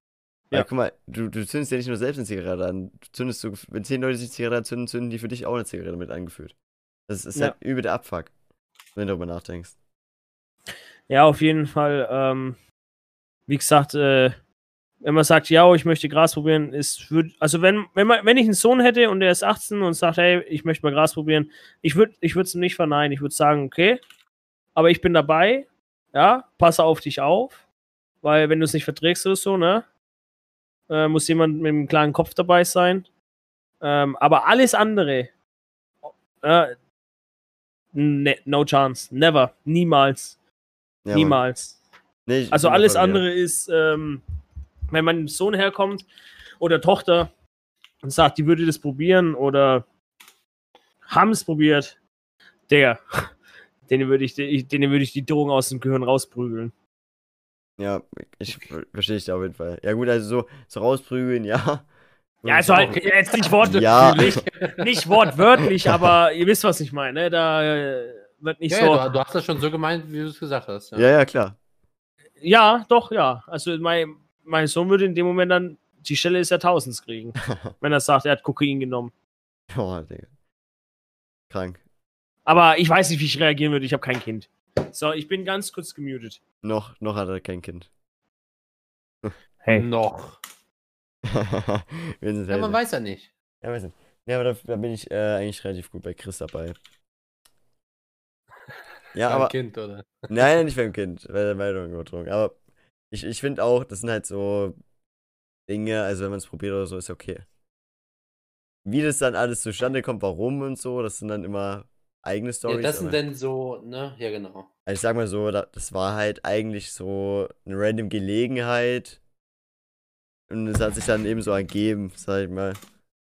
Weil, Ja. guck mal, du, du zündest ja nicht nur selbst eine Zigarette an. Du zündest so, wenn zehn Leute sich Zigarette zünden, zünden die für dich auch eine Zigarette mit angeführt. Das ist Ja. halt übel der Abfuck, wenn du darüber nachdenkst. Ja, auf jeden Fall. Ähm, wie gesagt, äh, wenn man sagt, ja, ich möchte Gras probieren, ist, würd, also wenn, wenn, man, wenn ich einen Sohn hätte und der ist achtzehn und sagt, hey, ich möchte mal Gras probieren, ich würde ich es ihm nicht verneinen. Ich würde sagen, okay, aber ich bin dabei, ja, passe auf dich auf, weil wenn du es nicht verträgst oder so, ne, äh, muss jemand mit einem klaren Kopf dabei sein. Ähm, aber alles andere, äh, ne, no chance, never, niemals, Ja, Mann. niemals. Nee, ich, ich Also bin da alles voll bei dir. andere ist, ähm, wenn mein Sohn herkommt oder Tochter und sagt, die würde das probieren oder haben es probiert, der, denen würde ich, denen würde ich die Drogen aus dem Gehirn rausprügeln. Ja, ich verstehe dich da auf jeden Fall. Ja, gut, also so, so rausprügeln, ja. Ja, also halt Okay. jetzt nicht wortwörtlich, Ja. nicht wortwörtlich, aber ihr wisst, was ich meine. Ne? Da äh, wird nicht Ja, so. ja, du, du hast das schon so gemeint, wie du es gesagt hast. Ja. Ja, ja, klar. Ja, doch, ja. Also mein, mein Sohn würde in dem Moment dann die Stelle des Jahrtausends kriegen, wenn er sagt, er hat Kokain genommen. Oh, Digga. Krank. Aber ich weiß nicht, wie ich reagieren würde. Ich habe kein Kind. So, ich bin ganz kurz gemutet. Noch, noch hat er kein Kind. Hey. Noch. Wir sind Ja, man halt- weiß ja nicht. Ja, weiß nicht. Ja, aber da, da bin ich äh, eigentlich relativ gut bei Chris dabei. Ja, Beim aber. Kind, oder? Nein, nicht beim Kind, weil der Meldung übertragen. Aber ich, ich finde auch, das sind halt so Dinge, also wenn man es probiert oder so, ist okay. Wie das dann alles zustande kommt, warum und so, das sind dann immer eigene Ja, Stories. das sind aber- dann so, ne? Ja, genau. Also ich sag mal so, da- das war halt eigentlich so eine random Gelegenheit. Und es hat sich dann eben so ergeben, sag ich mal.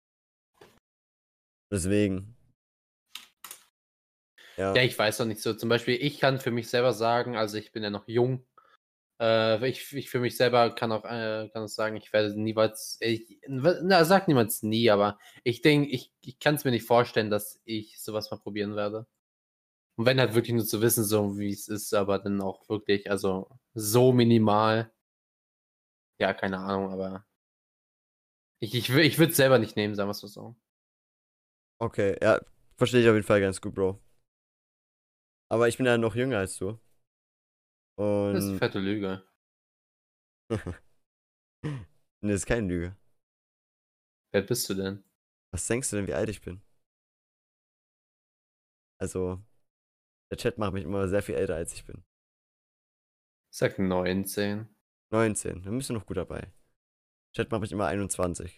Deswegen. Ja. Ja, ich weiß doch nicht so. Zum Beispiel, ich kann für mich selber sagen, also ich bin ja noch jung. Äh, ich, ich für mich selber kann auch, äh, kann auch sagen, ich werde niemals, ich, na, sag niemals nie, aber ich denke, ich, ich kann es mir nicht vorstellen, dass ich sowas mal probieren werde. Und wenn halt wirklich nur zu wissen, so wie es ist, aber dann auch wirklich, also so minimal. Ja, keine Ahnung, aber ich, ich, wür- ich würde es selber nicht nehmen, sagen wir es so. Okay, ja, verstehe ich auf jeden Fall ganz gut, Bro. Aber ich bin ja noch jünger als du. Das ist eine Und. fette Lüge. Nee, das ist keine Lüge. Wer bist du denn? Was denkst du denn, wie alt ich bin? Also, der Chat macht mich immer sehr viel älter, als ich bin. Ich sag neunzehn. neunzehn, dann bist du noch gut dabei. Chat macht mich immer einundzwanzig.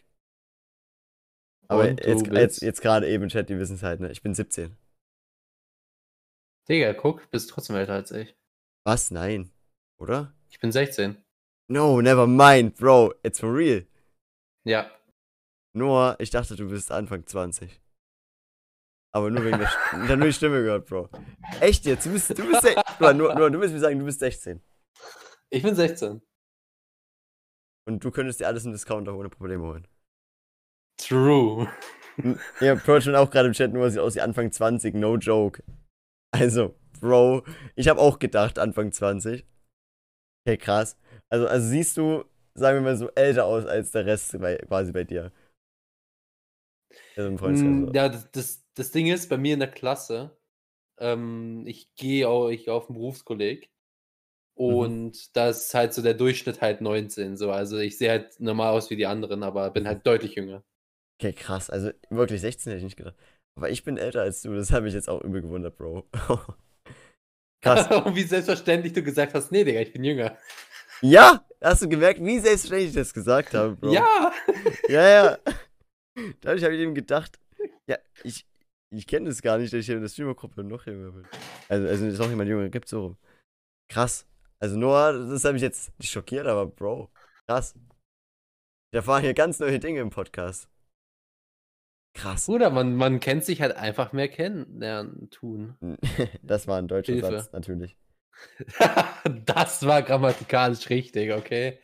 Aber Und du jetzt, bist? jetzt, jetzt gerade eben, Chat, die wissen es halt, ne? Ich bin siebzehn. Digga, guck, bist trotzdem älter als ich. Was? Nein. Oder? Ich bin sechzehn. No, never mind, Bro. It's for real. Ja. Nur, ich dachte, du bist Anfang zwanzig. Aber nur wegen der Stimme. Ich hab nur die Stimme gehört, Bro. Echt jetzt? Du bist, du bist sechzehn. Nur, nur, du willst mir sagen, du bist sechzehn. Ich bin sechzehn. Und du könntest dir alles im Discounter ohne Probleme holen. True. Ja, Bro, schon auch gerade im Chat, nur sieht aus wie Anfang zwanzig, no joke. Also, Bro, ich habe auch gedacht, Anfang zwanzig. Okay, krass. Also, also siehst du, sagen wir mal, so älter aus als der Rest bei, quasi bei dir. Also im Freundeskreis. Mm, so. Ja, das, das, das Ding ist, bei mir in der Klasse, ähm, ich gehe auch, ich geh auf ein Berufskolleg und da ist halt so der Durchschnitt halt neunzehn. So. Also ich sehe halt normal aus wie die anderen, aber bin halt deutlich jünger. Okay, krass. Also wirklich sechzehn hätte ich nicht gedacht. Aber ich bin älter als du, das habe ich jetzt auch übel gewundert, Bro. Krass. Und wie selbstverständlich du gesagt hast, nee, Digga, ich bin jünger. Ja, hast du gemerkt, wie selbstverständlich ich das gesagt habe, Bro? Ja! Ja, ja. Dadurch habe ich eben gedacht, ja, ich, ich kenne das gar nicht, dass ich in der Streamer-Gruppe noch jünger bin. Also, also dass noch jemand jünger gibt, so rum. Krass. Also Noah, das hat mich jetzt nicht schockiert, aber Bro, krass. Wir erfahren hier ganz neue Dinge im Podcast. Krass. Bruder, man, man kennt sich halt einfach mehr kennenlernen, tun. Das war ein deutscher Hilfe. Satz, natürlich. Das war grammatikalisch richtig, okay?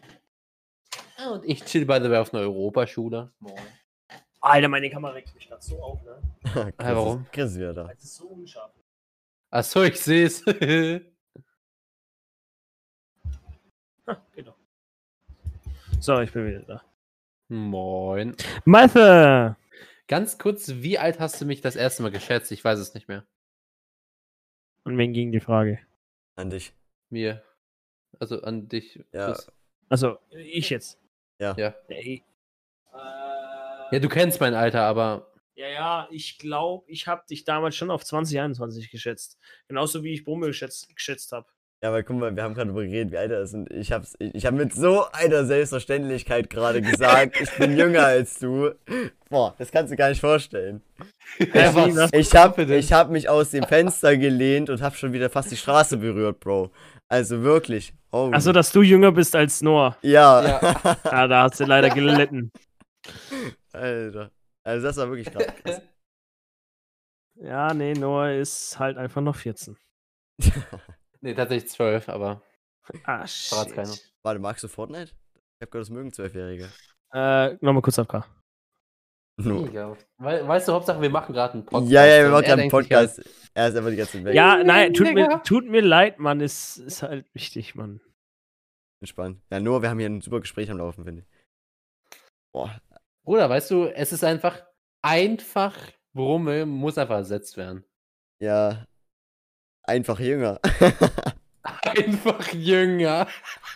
Ah, und ich chill by the way auf einer Europaschule. Moin. Alter, meine Kamera regt mich gerade so auf, ne? Chris, Ah, warum? Ist, Chris ist wieder da. Das ist so unscharf. Achso, ich seh's. Ha, genau. So, ich bin wieder da. Moin. Mathe! Ganz kurz, wie alt hast du mich das erste Mal geschätzt? Ich weiß es nicht mehr. An wen ging die Frage? An dich. Mir. Also an dich. Ja. Chris. Also, ich jetzt. Ja. Ja. Ey. Ja, du kennst mein Alter, aber. Ja, ja, ich glaube, ich habe dich damals schon auf zwanzig einundzwanzig geschätzt. Genauso wie ich Brummel geschätzt, geschätzt habe. Ja, aber guck mal, wir haben gerade darüber geredet, wie alt er ist. Und ich hab's, ich, ich habe mit so einer Selbstverständlichkeit gerade gesagt, ich bin jünger als du. Boah, das kannst du gar nicht vorstellen. Ja, was? Ich habe ich hab mich aus dem Fenster gelehnt und habe schon wieder fast die Straße berührt, Bro. Also wirklich. Oh. Achso, dass du jünger bist als Noah. Ja. Ja. Ja, da hast du leider gelitten. Alter. Also das war wirklich krass. krass. Ja, nee, Noah ist halt einfach noch vierzehn. Nee, tatsächlich zwölf, aber. Ah, Verrat's keiner. shit. Warte, magst du Fortnite? Ich hab gehört, das mögen Zwölfjährige. Äh, nochmal kurz F K. No. Mega. We weißt du, Hauptsache, wir machen gerade einen Podcast. Ja, ja, wir und machen er gerade einen denkt sich halt, Podcast. Er ist einfach die ganze Zeit weg. Ja, nein, tut Digga. mir, tut mir leid, Mann. Ist, ist halt wichtig, Mann. Entspannt. Ja, nur, wir haben hier ein super Gespräch am Laufen, finde ich. Boah. Bruder, weißt du, es ist einfach. Einfach. Brummel muss einfach ersetzt werden. Ja. Einfach jünger. Einfach jünger.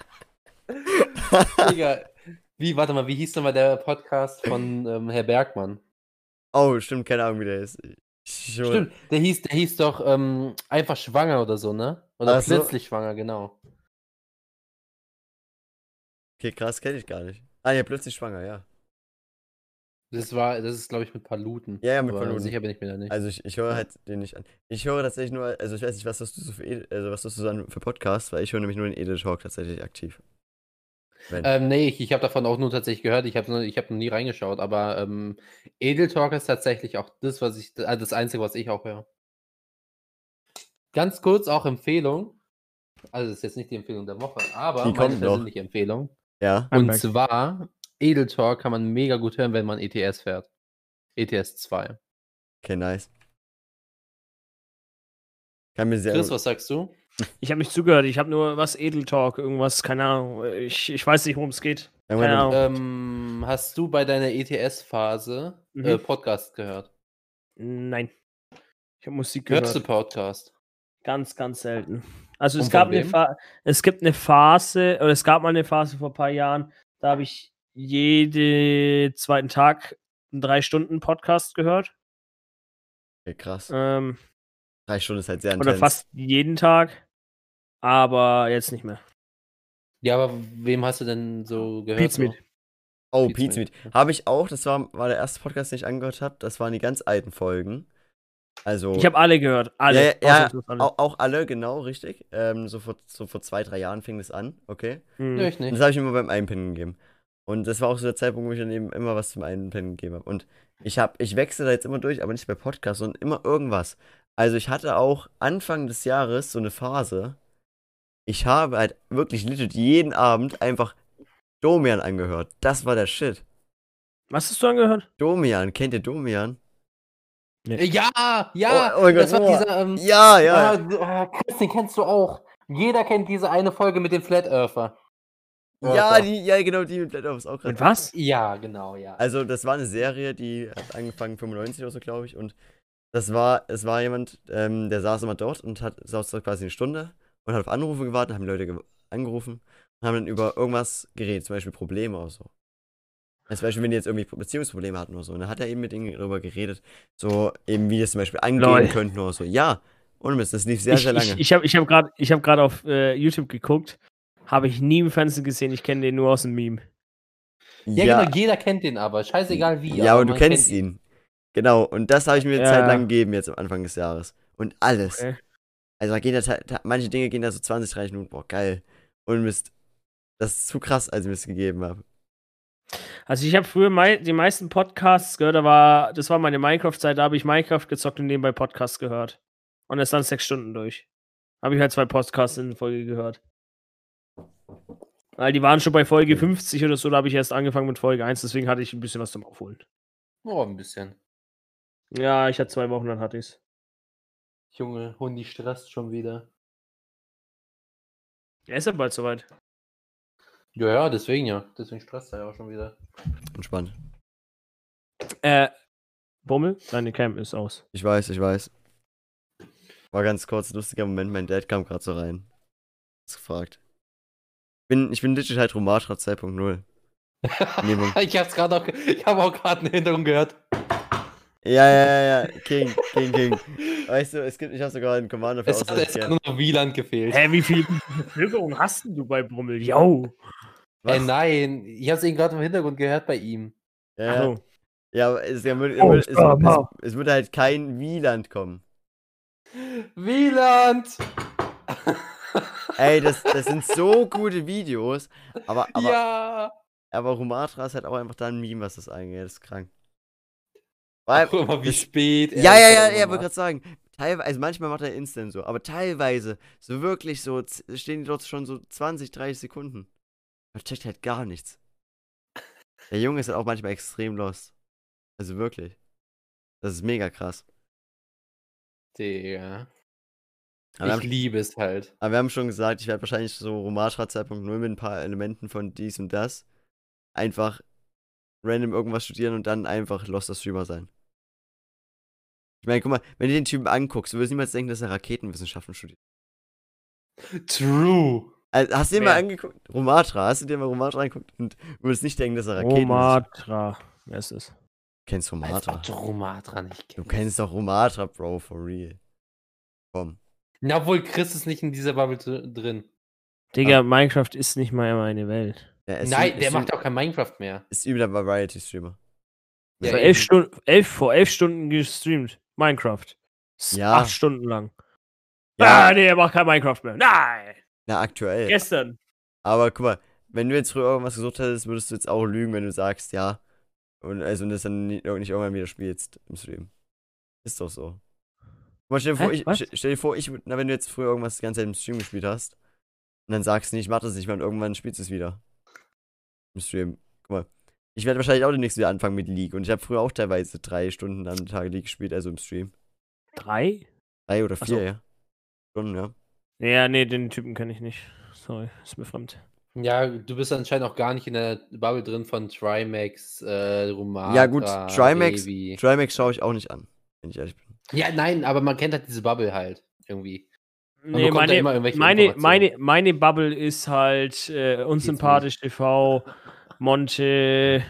Digga. Wie, warte mal, wie hieß nochmal der Podcast von ähm, Herr Bergmann? Oh, stimmt, keine Ahnung, wie der ist. Ich schon. Stimmt, der hieß, der hieß doch ähm, einfach schwanger oder so, ne? Oder Ach so. plötzlich schwanger, genau. Okay, krass, kenne ich gar nicht. Ah, ja, plötzlich schwanger, ja. Das war, das ist, glaube ich, mit Paluten. Ja, ja, mit aber Paluten. sicher bin ich mir da nicht. Also ich, ich höre halt den nicht an. Ich höre tatsächlich nur, also ich weiß nicht, was hast du so für, Ed- also was hast du so an- für Podcasts, weil ich höre nämlich nur den Edel Talk tatsächlich aktiv. Wenn. Ähm, nee, ich, ich habe davon auch nur tatsächlich gehört. Ich habe ich hab noch nie reingeschaut, aber ähm, Edel Talk ist tatsächlich auch das, was ich, äh, das Einzige, was ich auch höre. Ganz kurz auch Empfehlung. Also, das ist jetzt nicht die Empfehlung der Woche, aber Die meine kommt noch. persönliche Empfehlung. Ja. I'm Und back. zwar, Edel Talk kann man mega gut hören, wenn man E T S fährt. E T S zwei. Okay, nice. Kann mir sehr Chris, gut. was sagst du? Ich habe nicht zugehört. Ich habe nur was Edeltalk, irgendwas, keine Ahnung. Ich, ich weiß nicht, worum es geht. Irgendwann Keine im- Ahnung. Ähm, hast du bei deiner E T S-Phase Mhm. äh, Podcast gehört? Nein. Ich habe Musik Hörst gehört. du Podcast? Ganz, ganz selten. Also Und es gab von eine wem? Fa es gibt eine Phase, oder es gab mal eine Phase vor ein paar Jahren, da habe ich jeden zweiten Tag einen drei Stunden Podcast gehört. Okay, krass. Ähm, Drei Stunden ist halt sehr intens. oder fast jeden Tag. Aber jetzt nicht mehr. Ja, aber wem hast du denn so gehört? Beats so? mit. Oh, Beats Pete's Meat, Meat. ja. Habe ich auch, das war, war der erste Podcast, den ich angehört habe. Das waren die ganz alten Folgen. Also. Ich habe alle gehört. Alle. Ja, ja, ja Ausnahmslos alle. auch, auch alle, genau, richtig. Ähm, so, vor, so vor zwei, drei Jahren fing das an, okay. Hm. Nö, ich Und nicht. das habe ich immer beim Einpennen gegeben. Und das war auch so der Zeitpunkt, wo ich dann eben immer was zum Einpennen gegeben habe. Und ich habe, ich wechsle da jetzt immer durch, aber nicht bei Podcasts, sondern immer irgendwas. Also ich hatte auch Anfang des Jahres so eine Phase. Ich habe halt wirklich legit jeden Abend einfach Domian angehört. Das war der Shit. Was hast du angehört? Domian, kennt ihr Domian? Äh, Ja, ja, Oh, oh mein das Gott, war Noah. dieser, ähm, Ja, ja. ah, d- ah, Chris, den kennst du auch. Jeder kennt diese eine Folge mit dem Flat Earther. Ja, Earther. die, ja, genau, die mit Blatt ist auch gerade. Mit was? Ja, genau, ja. Also, das war eine Serie, die hat angefangen fünfundneunzig oder so, glaube ich. Und das war, es war jemand, ähm, der saß immer dort und hat saß dort quasi eine Stunde und hat auf Anrufe gewartet, haben die Leute ge angerufen und haben dann über irgendwas geredet, zum Beispiel Probleme oder so. Zum Beispiel, wenn die jetzt irgendwie Beziehungsprobleme hatten oder so. Und dann hat er eben mit ihnen darüber geredet, so eben, wie die das zum Beispiel angehen Lol. könnten oder so. Ja, ohne Mist, das lief sehr, ich sehr lange. ich, ich habe ich hab gerade hab grad auf äh, YouTube geguckt. Habe ich nie im Fernsehen gesehen. Ich kenne den nur aus dem Meme. Ja, genau, jeder kennt den aber. Scheißegal wie. Ja, aber du man kennst kennt ihn. Genau, und das habe ich mir eine Ja. Zeit lang gegeben jetzt am Anfang des Jahres. Und alles. Okay. Also da gehen da, ta- ta- manche Dinge gehen da so zwanzig, dreißig Minuten. Boah, geil. Und Mist. Das ist zu krass, als ich mir das gegeben habe. Also ich habe früher mei die meisten Podcasts gehört, da war, das war meine Minecraft-Zeit, da habe ich Minecraft gezockt und nebenbei Podcasts gehört. Und das dann sechs Stunden durch. Habe ich halt zwei Podcasts in Folge gehört. Weil die waren schon bei Folge Okay. fünfzig oder so, da habe ich erst angefangen mit Folge eins, deswegen hatte ich ein bisschen was zum Aufholen. Oh, ein bisschen. Ja, ich hatte zwei Wochen, dann hatte ich's. Junge, Hundi stresst schon wieder. Ja, ist ja bald soweit. Ja, ja, deswegen ja. Deswegen stresst er ja auch schon wieder. Entspannt. Äh, Bummel, deine Cam ist aus. Ich weiß, ich weiß. War ganz kurz, lustiger Moment, mein Dad kam gerade so rein. Ist gefragt. Ich bin, ich bin Digital Tromatra zwei Punkt null. Neben- ich hab's gerade auch, ich habe auch gerade einen Hintergrund gehört. Ja, ja, ja, ja, King, King, King. Weißt du, es gibt, ich habe sogar einen Commander für Es hat, es hat nur noch Wieland gefehlt. Hä, wie viel Bevölkerung hast denn du bei Bummel? Yo! Äh, nein, ich hab's eben gerade im Hintergrund gehört bei ihm. Ja, ja. Achso. Ja, aber es, es, es, Oh, es, es, Mama. es würde halt kein Wieland kommen. Wieland! Ey, das, das sind so gute Videos. Aber, aber, ja! aber Rumatra ist halt auch einfach da ein Meme, was das angeht. Das ist krank. Auch immer wie das, spät. Ja, ja, ja, immer ja, wollte gerade sagen. Teilweise, also manchmal macht er instant so, aber teilweise, so wirklich so, z- stehen die dort schon so zwanzig, dreißig Sekunden. Man checkt halt gar nichts. Der Junge ist halt auch manchmal extrem lost. Also wirklich. Das ist mega krass. Digga. Aber wir Ich haben, liebe es halt. aber wir haben schon gesagt, ich werde wahrscheinlich so Romatra zwei Punkt null mit ein paar Elementen von dies und das einfach random irgendwas studieren und dann einfach loster Streamer sein. Ich meine, guck mal, wenn du den Typen anguckst, du wirst niemals denken, dass er Raketenwissenschaften studiert. True. Also, hast du dir Wer? mal angeguckt? Romatra, hast du dir mal Romatra angeguckt und du würdest nicht denken, dass er Raketenwissenschaften. Romatra. Wer ist es? Du kennst Als Romatra. ob du Romatra nicht Du kennst. kennst doch Romatra, Bro, for real. Komm. Na, obwohl Chris ist nicht in dieser Bubble dr- drin. Digga, Ah. Minecraft ist nicht mal meine Welt. Ja, er Nein, stream- der er macht stream- auch kein Minecraft mehr. ist übler Variety-Streamer. Ja, Vor eben. elf Stunden, elf, vor elf Stunden gestreamt. Minecraft. S- Ja. Acht Stunden lang. Ja, Ah, nee, er macht kein Minecraft mehr. Nein! na, aktuell. Gestern. Aber guck mal, wenn du jetzt früher irgendwas gesucht hättest, würdest du jetzt auch lügen, wenn du sagst, ja. Und also und das dann nicht, nicht irgendwann wieder spielst im Stream. Ist doch so. Guck mal, stell dir vor, Hä? ich, Was? stell stell dir vor, ich, würd- na, wenn du jetzt früher irgendwas die ganze Zeit im Stream gespielt hast und dann sagst du nicht, ich mach das nicht mehr und irgendwann spielst du es wieder. Im Stream. Guck mal. Ich werde wahrscheinlich auch demnächst wieder anfangen mit League und ich habe früher auch teilweise drei Stunden am Tag League gespielt, also im Stream. Drei? Drei oder Ach vier, so. ja. Stunden, ja. Ja, nee, den Typen kenne ich nicht. Sorry, ist mir fremd. Ja, du bist anscheinend auch gar nicht in der Bubble drin von Trimax, äh, Romatra, Ja, gut, Trimax, Baby. Trimax schaue ich auch nicht an, wenn ich ehrlich bin. Ja, nein, aber man kennt halt diese Bubble halt irgendwie. Nee, bekommt da meine, immer irgendwelche meine, Informationen. meine, meine Bubble ist halt äh, unsympathisch T V, Monte,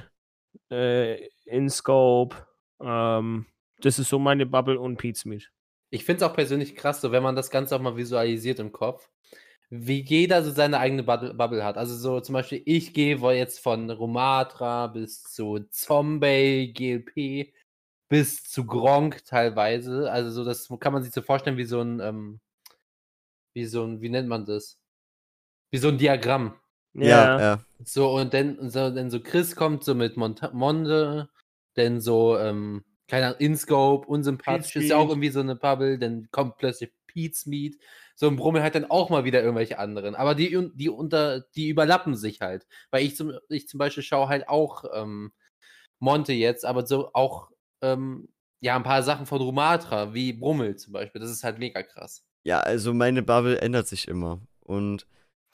äh, InScope. Ähm, das ist so meine Bubble und Pizmeet. Ich finde es auch persönlich krass, so wenn man das Ganze auch mal visualisiert im Kopf, wie jeder so seine eigene Bubble, Bubble hat. Also so zum Beispiel, ich gehe wohl jetzt von Romatra bis zu Zombie, G L P, bis zu Gronk teilweise. Also so, das kann man sich so vorstellen wie so ein, ähm, wie so ein, wie nennt man das? Wie so ein Diagramm. Ja, ja. So, und dann, und so, dann so Chris kommt so mit Monta Monde, dann so, ähm, keine Ahnung, InScope, unsympathisch, ist ja auch Pizmeet. irgendwie so eine Bubble, dann kommt plötzlich Pizmeet, so ein Brummel hat dann auch mal wieder irgendwelche anderen, aber die, un- die unter, die überlappen sich halt, weil ich zum, ich zum Beispiel schaue halt auch, ähm, Monte jetzt, aber so auch, ähm, ja, ein paar Sachen von Rumatra, wie Brummel zum Beispiel, das ist halt mega krass. Ja, also meine Bubble ändert sich immer. Und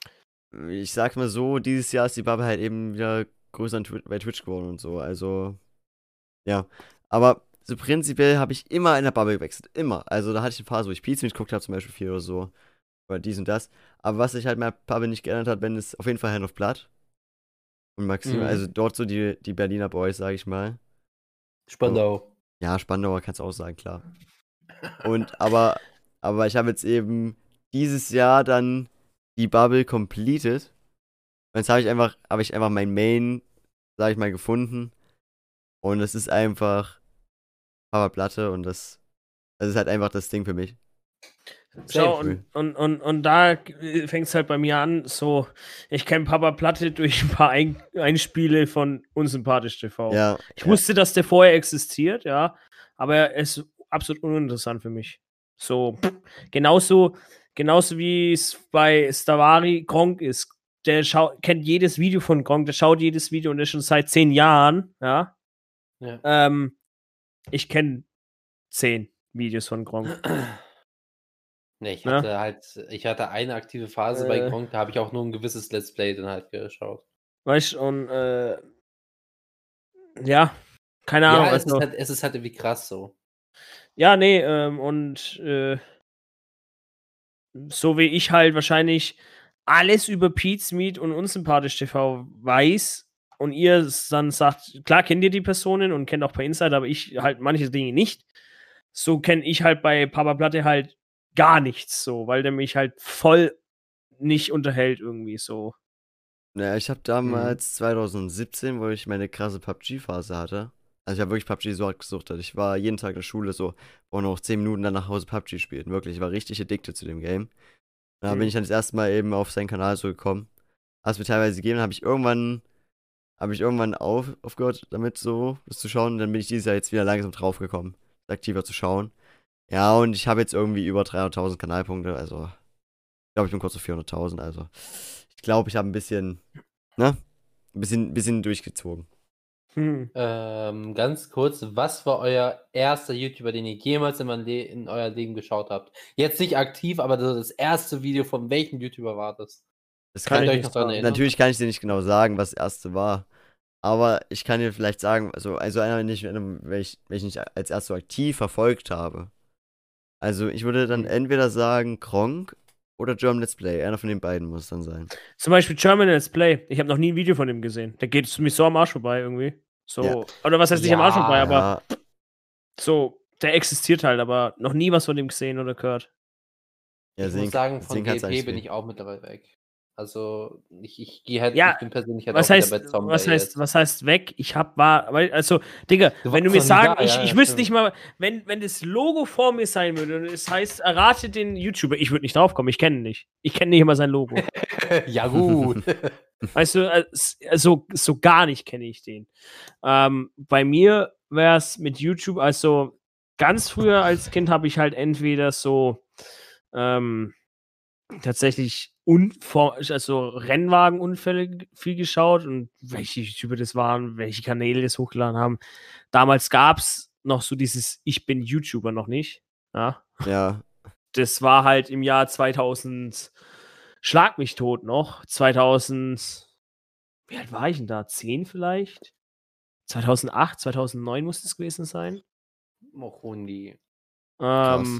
ich sag mal so, dieses Jahr ist die Bubble halt eben wieder größer an Twi bei Twitch geworden und so. Also, ja. Aber so prinzipiell habe ich immer in der Bubble gewechselt. Immer. Also da hatte ich eine Phase, wo ich Pizza geguckt habe, zum Beispiel viel oder so. Oder dies und das. Aber was sich halt meiner Bubble nicht geändert hat, wenn es auf jeden Fall Hand of Blood. Und Maxim, Mhm. also dort so die, die Berliner Boys, sag ich mal. Spandau. Ja, Spandauer kannst du auch sagen, klar. Und aber, aber ich habe jetzt eben dieses Jahr dann die Bubble completed. Und jetzt habe ich einfach, habe ich einfach mein Main, sag ich mal, gefunden. Und es ist einfach Papa Platte und das, das ist halt einfach das Ding für mich. Schau, Cool. und, und, und, und da fängt es halt bei mir an, so, ich kenne Papa Platte durch ein paar ein Einspiele von Unsympathisch T V. Ja. Ich ja. wusste, dass der vorher existiert, ja, aber er ist absolut uninteressant für mich. So, genauso, genauso wie es bei Stavari Gronk ist. Der schau kennt jedes Video von Gronk, der schaut jedes Video und ist schon seit zehn Jahren, ja. Ja. Ähm, ich kenne zehn Videos von Gronk. Ne, ich Ne? hatte halt ich hatte eine aktive Phase bei Äh. Gronkh, da habe ich auch nur 'n gewisses Let's Play dann halt geschaut. Weißt du, und, äh ja, keine Ja, Ahnung, es ist also halt es ist halt irgendwie krass so. Ja, ne, ähm, und, äh so wie ich halt wahrscheinlich alles über Pete's Meat und Unsympathisch T V weiß und ihr s dann sagt klar kennt ihr die Personen und kennt auch paar Insider, aber ich halt manche Dinge nicht. So kenne ich halt bei Papa Platte halt gar nichts so, weil der mich halt voll nicht unterhält irgendwie so. Na ja, ich habe Mhm. damals zwanzig siebzehn, wo ich meine krasse P U B G-Phase hatte. Also, ich habe wirklich P U B G so hart gesuchtet. Ich war jeden Tag in der Schule so, brauche noch zehn Minuten, dann nach Hause P U B G spielen. Wirklich, ich war richtig addicted zu dem Game. Da bin Mhm. ich dann das erste Mal eben auf seinen Kanal so gekommen. Hat's mir teilweise gegeben, dann habe ich irgendwann habe ich irgendwann auf aufgehört damit so, das zu schauen. Dann bin ich dieses Jahr jetzt wieder langsam drauf gekommen, aktiver zu schauen. Ja, und ich habe jetzt irgendwie über dreihunderttausend Kanalpunkte, also ich glaube, ich bin kurz vor vierhunderttausend, also ich glaube, ich habe 'n bisschen, ne, 'n bisschen bisschen durchgezogen. Hm. Ähm, ganz kurz, was war euer erster YouTuber, den ihr jemals in mein Le in euer Leben geschaut habt? Jetzt nicht aktiv, aber so das erste Video von welchem YouTuber war das? Das Kann kann ich Könnt ihr euch nicht noch dran sagen. erinnern? Natürlich kann ich dir nicht genau sagen, was das erste war. Aber ich kann dir vielleicht sagen, also also einer, den ich welch welchen ich als erstes so aktiv verfolgt habe. Also, ich würde dann Mhm. entweder sagen Gronkh oder German Let's Play. Einer von den beiden muss es dann sein. Zum Beispiel German Let's Play. Ich habe noch nie 'n Video von dem gesehen. Der geht mir so am Arsch vorbei irgendwie. Ja. So oder was heißt nicht am Arsch vorbei, Ja. aber Ja. so, der existiert halt, aber noch nie was von dem gesehen oder gehört. Ja, Ich sehen muss sagen, von sehen kannst du G L P eigentlich bin viel. ich auch mittlerweile weg. Also, ich ich gehe halt Ja, ich bin persönlich halt was auch wieder heißt bei Zombie was heißt jetzt. was heißt weg? Ich habe war weil also, Digga, Du wenn du warst mir noch nie sagen da, ich ja, ich ja, wüsste nicht stimmt. mal wenn wenn das Logo vor mir sein würde und es heißt, errate den YouTuber, ich würde nicht drauf kommen, ich kenne ihn nicht. Ich kenne nicht mal sein Logo. Ja gut. Weißt du, äh, s so so gar nicht kenne ich den. Ähm, bei mir wär's mit YouTube also, ganz früher als Kind habe ich halt entweder so, ähm, tatsächlich Unfall also, Rennwagenunfälle g viel geschaut und welche YouTuber das waren, welche Kanäle das hochgeladen haben. Damals gab's noch so dieses „Ich bin YouTuber“ noch nicht, ja? Ja. Das war halt im Jahr zweitausend schlag mich tot noch, zweitausend wie alt war ich 'n da? zehn vielleicht? zweitausendacht, zweitausendneun muss das gewesen sein. Och, Hundi. Krass. Ähm,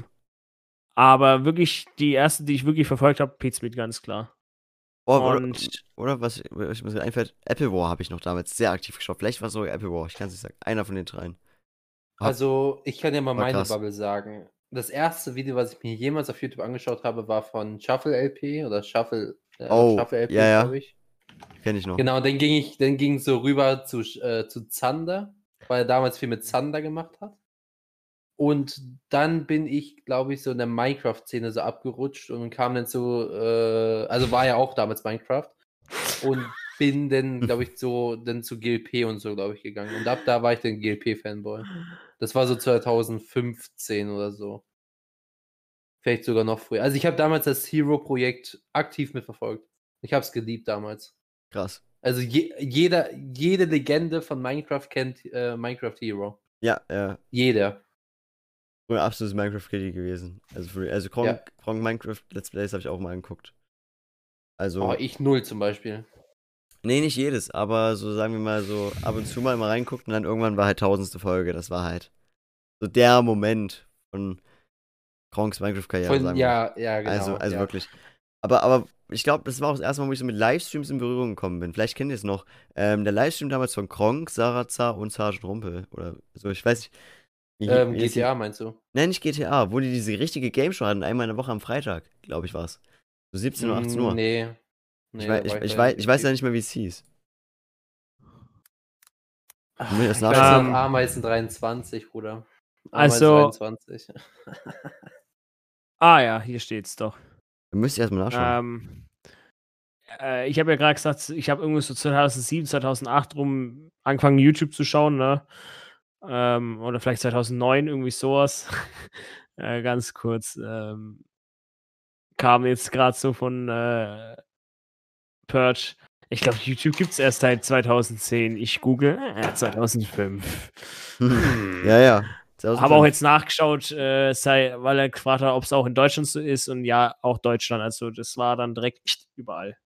aber wirklich die erste, die ich wirklich verfolgt habe, Pete's Meat, ganz klar. Oh, oder Und oder was was mir einfällt, Apple War habe ich noch damals sehr aktiv geschaut. Vielleicht war's sogar Apple War, ich kann's nicht sagen. Einer von den dreien. Habe Also, ich kann dir mal war meine krass. Bubble sagen. Das erste Video, was ich mir jemals auf YouTube angeschaut habe, war von Shuffle-LP oder Shuffle äh, doch Oh, Shuffle-LP, ja, ja. glaube ich. Kenne ich noch. Genau, dann ging ich dann ging's so rüber zu sch äh, zu Xander, weil er damals viel mit Xander gemacht hat. Und dann bin ich, glaube ich, so in der Minecraft-Szene so abgerutscht und kam dann zu, äh also, war ja auch damals Minecraft und bin dann, glaube ich, so dann zu G L P und so, glaube ich, gegangen. Und ab da war ich dann G L P-Fanboy. Das war so zweitausendfünfzehn oder so. Vielleicht sogar noch früher. Also, ich habe damals das Hero-Projekt aktiv mitverfolgt. Ich habe es geliebt damals. Krass. Also, je jeder jede Legende von Minecraft kennt, äh, Minecraft Hero. Ja, ja. Jeder. Früher absolutes Minecraft-Kitty gewesen. Also, früher also, Gronkh Ja. Gronkh Minecraft Let's Plays habe ich auch mal angeguckt. Oh, Also ich null zum Beispiel. Ne, nicht jedes, aber so sagen wir mal so ab und zu mal mal reingeguckt und dann irgendwann war halt tausendste Folge. Das war halt so der Moment von Gronkhs Minecraft-Karriere, Von sagen wir mal. ja, ja, genau, Also also, ja. wirklich. Aber aber ich glaube, das war auch das erste Mal, wo ich so mit Livestreams in Berührung gekommen bin. Vielleicht kennt ihr's noch. Ähm, der Livestream damals von Gronkh, Sarazar und Sergeant Rumpel oder so, ich weiß nicht, wie Ähm, wie hieß die? G T A meinst du? Nein, nicht G T A, wo die diese richtige Gameshow hatten, einmal in der Woche am Freitag, glaube ich, war's. So siebzehn Uhr, achtzehn Hm, Uhr. ne. Ich Ne, wei da ich war ich ich leider wei nicht ich weiß ja aktiv. nicht mehr, wie's hieß. Ah, Muss ich erst ich weiß noch nachschauen. Ähm. Ameisen dreiundzwanzig, Bruder. Ameisen Also dreiundzwanzig. Ah ja, hier steht's doch. Müsste ich erst mal nachschauen. Ähm, äh, ich habe ja grad gesagt, ich habe irgendwie so zweitausendsieben, zweitausendacht rum angefangen, YouTube zu schauen, ne? Ähm, oder vielleicht zweitausendneun, irgendwie so was. Äh, ganz kurz, ähm kam jetzt grad so von, äh, Purge. Ich glaube, YouTube gibt's erst seit zweitausendzehn. Ich google, äh, zweitausendfünf. Ja, Hm. ja. Habe auch jetzt nachgeschaut, äh, sei, weil er gefragt hat, ob es auch in Deutschland so ist. Und ja, auch Deutschland. Also das war dann direkt überall.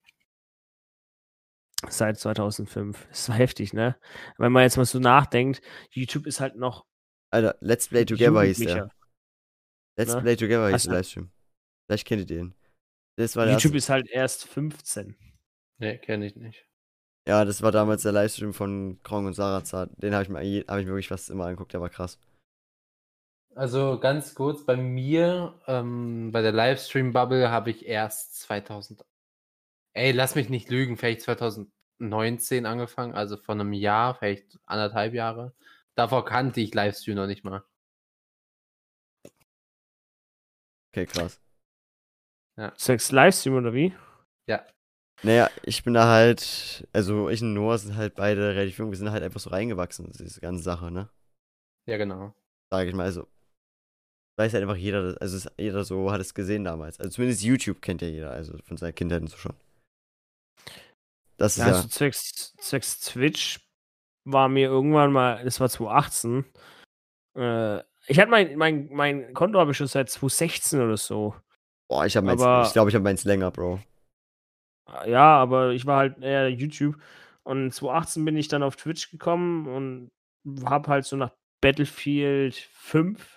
Seit zweitausendfünf. Das war heftig, ne? Wenn man jetzt mal so nachdenkt, YouTube ist halt noch. Alter, Let's Play Together hieß der. jugendlicher, Let's ne? Play Together hieß Also- der Livestream. Vielleicht kennt ihr den. Das war der YouTube erste, ist halt erst fünfzehn. Nee, kenne ich nicht. ja, das war damals der Livestream von Krong und Sarazar. Den habe ich, mir je- hab ich mir wirklich fast immer angeguckt, der war krass. Also ganz kurz, bei mir, ähm, bei der Livestream-Bubble habe ich erst zweitausend. Ey, lass mich nicht lügen, vielleicht zweitausendneunzehn angefangen, also vor einem Jahr, vielleicht anderthalb Jahre. Davor kannte ich Livestream noch nicht mal. Okay, krass. Sechs Livestream oder wie? Ja. Naja, ich bin da halt, also ich und Noah sind halt beide relativ jung, wir sind halt einfach so reingewachsen, in diese ganze Sache, ne? Ja, genau. Sag ich mal, also weiß halt einfach jeder, also es, jeder so hat es gesehen damals. Also zumindest YouTube kennt ja jeder, also von seiner Kindheit und so schon. Das ist Ja, ja, also zwecks, zwecks Twitch war mir irgendwann mal, das war zweitausendachtzehn. Äh, ich hatte mein, mein, mein Konto habe ich schon seit zweitausendsechzehn oder so. boah, ich habe meins, aber- ich glaube, ich habe meins länger, Bro. Ja, aber ich war halt eher YouTube. Und zweitausendachtzehn bin ich dann auf Twitch gekommen und habe halt so nach Battlefield fünf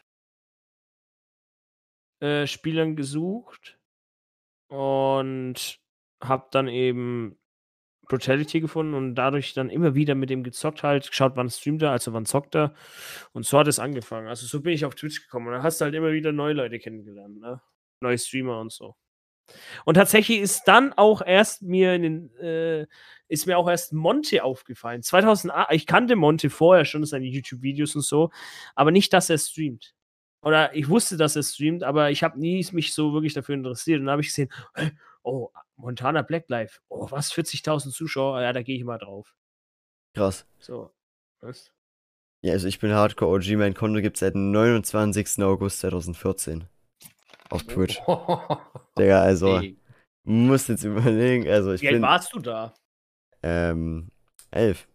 äh, Spielern gesucht und habe dann eben Brutality gefunden und dadurch dann immer wieder mit dem gezockt halt, geschaut, wann streamt er, also wann zockt er. Und so hat es angefangen. Also so bin ich auf Twitch gekommen und da hast du halt immer wieder neue Leute kennengelernt, ne? Neue Streamer und so. Und tatsächlich ist dann auch erst mir in den, äh, ist mir auch erst Monte aufgefallen. zweitausendacht, ich kannte Monte vorher schon, seine YouTube-Videos und so, aber nicht, dass er streamt. Oder ich wusste, dass er streamt, aber ich habe nie mich so wirklich dafür interessiert. Und dann habe ich gesehen, äh, oh, Montana Black Live. Oh, was, vierzigtausend Zuschauer? Ja, da gehe ich mal drauf. Krass. So. Was? Ja, also ich bin Hardcore O G, mein Konto gibt es seit neunundzwanzigsten August zweitausendvierzehn. Auf Twitch. Digga, also, Ey, musst jetzt überlegen, also ich Wie alt bin, warst du da? ähm, elf.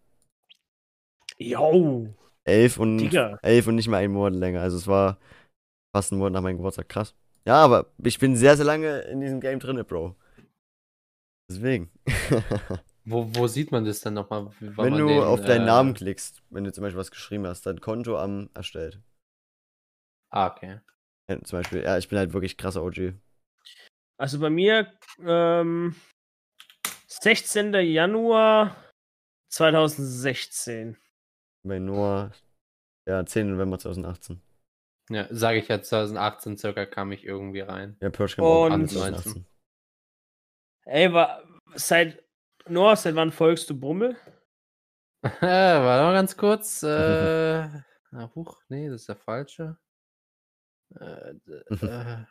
Jo, Elf und, Digga. elf und nicht mal einen Monat länger, also es war fast ein Monat nach meinem Geburtstag, krass. Ja, aber ich bin sehr, sehr lange in diesem Game drin, Bro. Deswegen. wo, wo sieht man das dann nochmal? wann Wenn man du den, auf deinen äh, Namen klickst, wenn du zum Beispiel was geschrieben hast, dein Konto am erstellt. Ah, okay. Ja, zum Beispiel, ja, ich bin halt wirklich krasser O G. Also bei mir, ähm, sechzehnten Januar zweitausendsechzehn. Bei Noah, ja, zehnten November zweitausendachtzehn. Ja, sage ich ja, zweitausendachtzehn circa kam ich irgendwie rein. Ja, Purge kam auch Und- an zweitausendachtzehn. Ey, wa, seit, Noah, seit wann folgst du Brummel? Warte mal ganz kurz. Äh, na, huch, nee, das ist der falsche. Äh, d- äh,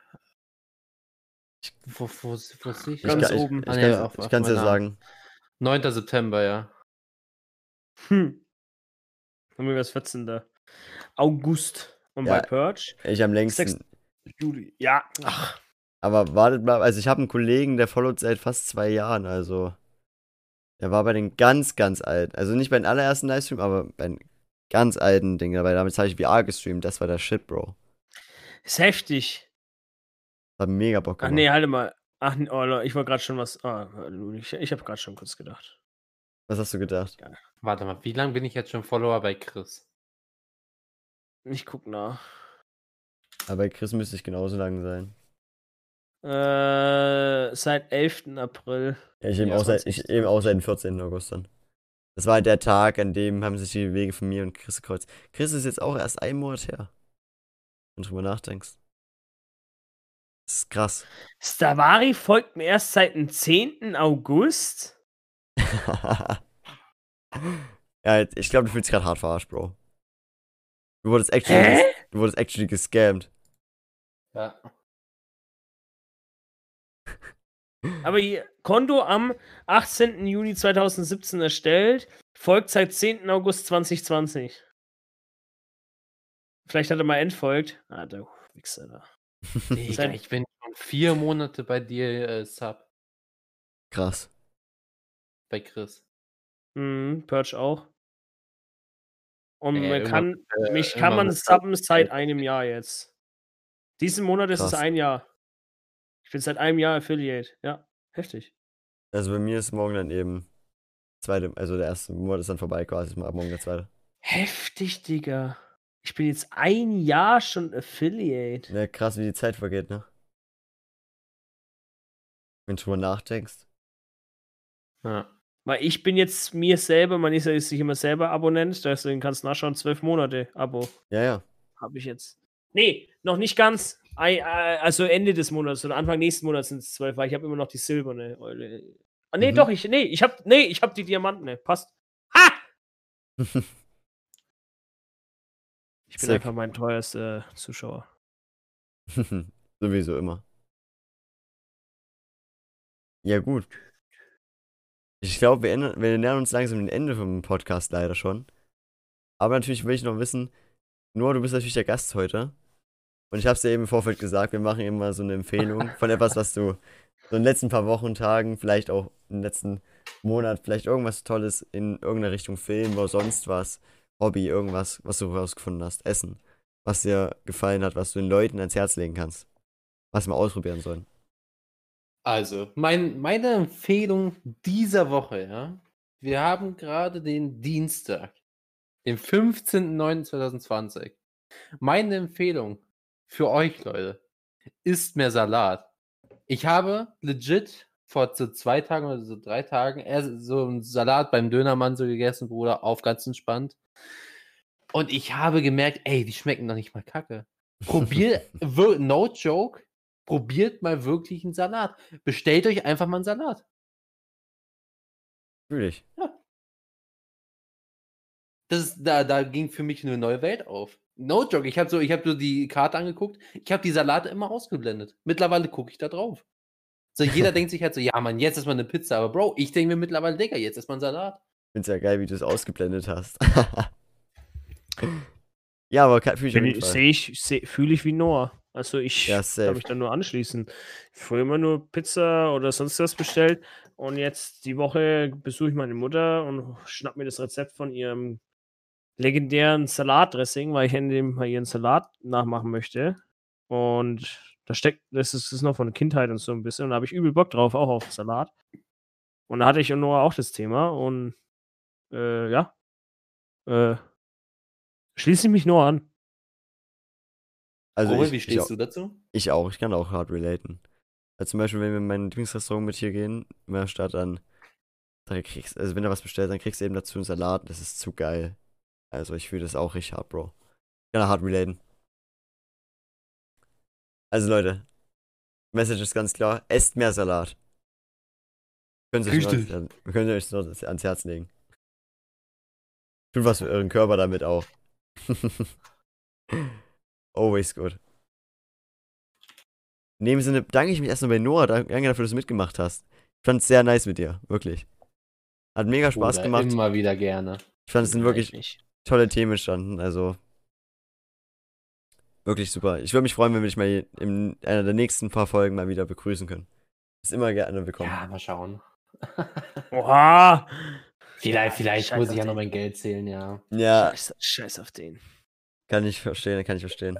wo, wo, wo sehe ich Ich, Ganz kann, ich, oben. ich, Ah, nee, kann's- auf- ich auf kann's dir meiner- sagen. neunter September, ja. Hm. Bei mir war es vierzehnten August. Und Ja. bei Purge? Ich am längsten. Sechs- Juli. Ja. Ach. Aber wartet mal, also ich habe einen Kollegen, der followt seit fast zwei Jahren, also. Der war bei den ganz, ganz alten. Also nicht bei den allerersten Livestream, aber bei den ganz alten Dingen. Weil damit habe ich V R gestreamt, das war der Shit, Bro. Ist heftig. Hat mega Bock Ach gemacht. nee, halte mal. Ach, nee, oh, ich war gerade schon was. Ah, ich ich habe gerade schon kurz gedacht. Was hast du gedacht? Warte mal, wie lange bin ich jetzt schon Follower bei Chris? Ich guck nach. Aber bei Chris müsste ich genauso lang sein. Äh, seit elften April. Ja, ich eben, Ja, auch seit, ich eben auch seit dem vierzehnten August dann. Das war halt der Tag, an dem haben sich die Wege von mir und Chris gekreuzt. Chris ist jetzt auch erst einen Monat her. Wenn du drüber nachdenkst. Das ist krass. Stavari folgt mir erst seit dem zehnten August. Ja, jetzt- ich glaube, du fühlst dich gerade hart verarscht, Bro. Du wurdest actually, Hä? ges- du wurdest actually gescammt. Ja. Aber hier, Konto am achtzehnten Juni zweitausendsiebzehn erstellt, folgt seit zehnten August zweitausendzwanzig. Vielleicht hat er mal entfolgt. Ah, der Wichser da. Digga, Sein- ich bin schon vier Monate bei dir äh, Sub, Krass. bei Chris. Mhm, Purge auch. Und Ja, man irgendwann kann, muss, äh, mich kann irgendwann man muss halt subben seit einem Jahr jetzt. Diesen Monat ist es Krass. ein Jahr. Ich bin seit einem Jahr Affiliate. Ja, heftig. Also bei mir ist morgen dann eben zweite, also der erste Monat ist dann vorbei quasi, ab morgen der zweite. Heftig, Digga. Ich bin jetzt ein Jahr schon Affiliate. Ja, krass, wie die Zeit vergeht, ne? Wenn du drüber nachdenkst. Ja. Weil ich bin jetzt mir selber, man ist ja jetzt nicht immer selber Abonnent, deswegen kannst du nachschauen, zwölf Monate Abo Ja, ja. habe ich jetzt. Nee, noch nicht ganz. Ei, äh, Also Ende des Monats oder Anfang nächsten Monats sind es zwölf, weil ich habe immer noch die silberne Eule. Ah, nee, Mhm. doch, ich, nee, ich habe, nee, ich habe die Diamantene. Passt. Ha! Ich bin Sick. einfach mein teuerster Zuschauer. Sowieso immer. Ja, gut. Ich glaube, wir, ändern- wir nähern uns langsam dem Ende vom Podcast leider schon. Aber natürlich will ich noch wissen, Noah, du bist natürlich der Gast heute. Und ich habe es dir eben im Vorfeld gesagt, wir machen immer so eine Empfehlung von etwas, was du so in den letzten paar Wochen, Tagen, vielleicht auch im letzten Monat, vielleicht irgendwas Tolles in irgendeiner Richtung Film oder sonst was, Hobby, irgendwas, was du herausgefunden hast, Essen, was dir gefallen hat, was du den Leuten ans Herz legen kannst, was wir ausprobieren sollen. Also, mein, meine Empfehlung dieser Woche, ja. Wir haben gerade den Dienstag, den fünfzehnten neunten zweitausendzwanzig. Meine Empfehlung für euch, Leute, isst mehr Salat. Ich habe legit vor so zwei Tagen oder so drei Tagen erst so einen Salat beim Dönermann so gegessen, Bruder, auf ganz entspannt. Und ich habe gemerkt, ey, die schmecken doch nicht mal kacke. Probier, wir- no joke, probiert mal wirklich einen Salat. Bestellt euch einfach mal einen Salat. Fühl ich. Das ist, da, da ging für mich eine neue Welt auf. No joke, ich habe so, ich hab so die Karte angeguckt, ich habe die Salate immer ausgeblendet. Mittlerweile gucke ich da drauf. So, jeder denkt sich halt so, ja Mann, jetzt ist mal eine Pizza, aber Bro, ich denke mir mittlerweile, Digga, jetzt ist mal ein Salat. Find's ja geil, wie du es ausgeblendet hast. Ja, aber fühle ich auf jeden Fall. Sehe ich, seh, fühle ich wie Noah. Also ich Ja, kann safe. mich da nur anschließen. Früher immer nur Pizza oder sonst was bestellt und jetzt die Woche besuche ich meine Mutter und schnapp mir das Rezept von ihrem legendären Salatdressing, weil ich in dem mal ihren Salat nachmachen möchte. Und da steckt, das ist, das ist noch von der Kindheit und so ein bisschen. Und da habe ich übel Bock drauf, auch auf Salat. Und da hatte ich und Noah auch das Thema und äh, ja, äh, schließe ich mich nur an. Also Robert, ich, wie ich, stehst auch, du dazu? ich auch, ich kann auch hart relaten. Also zum Beispiel, wenn wir in mein Lieblingsrestaurant mit hier gehen, in meiner Stadt, dann, dann kriegst, also wenn du was bestellst, dann kriegst du eben dazu einen Salat, das ist zu geil. Also ich fühle das auch richtig hart, Bro. Ich kann hart relaten. Also Leute, Message ist ganz klar, esst mehr Salat. Können Sie euch Richtig. noch, wir können euch noch ans Herz legen. Tut was für euren Körper damit auch. Always good. In dem Sinne bedanke ich mich erstmal bei Noah. Danke dafür, dass du mitgemacht hast. Ich fand es sehr nice mit dir, wirklich. Hat mega Spaß Bruder, gemacht. Immer wieder gerne. Ich fand, es sind Nein, wirklich nicht. tolle Themen entstanden. Also wirklich super. Ich würde mich freuen, wenn wir dich mal in einer der nächsten paar Folgen mal wieder begrüßen können. Ist immer gerne willkommen. Ja, mal schauen. Oha! Vielleicht, vielleicht Scheiß muss auf ich ja noch den. mein Geld zählen, ja. Ja, Scheiß, Scheiß auf den. kann ich verstehen, kann ich verstehen.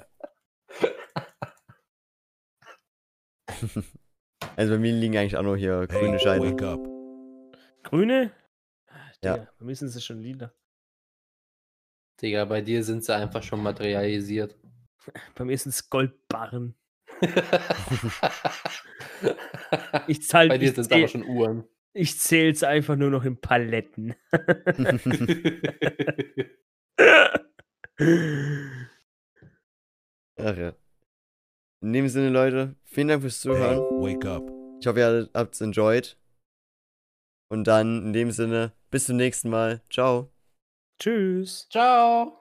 Also bei mir liegen eigentlich auch nur hier grüne Scheine. Wake up. Grüne? Ja. Digga, bei mir sind sie schon lila. Digga, bei dir sind sie einfach schon materialisiert. Bei mir sind es Goldbarren. Ich zahl, Bei dir ich sind es zähl- aber schon Uhren. Ich zähle es einfach nur noch in Paletten. Ach ja. In dem Sinne, Leute, vielen Dank fürs Hey, Zuhören. wake up. Ich hoffe, ihr habt es enjoyed. Und dann in dem Sinne, bis zum nächsten Mal. Ciao. Tschüss. Ciao.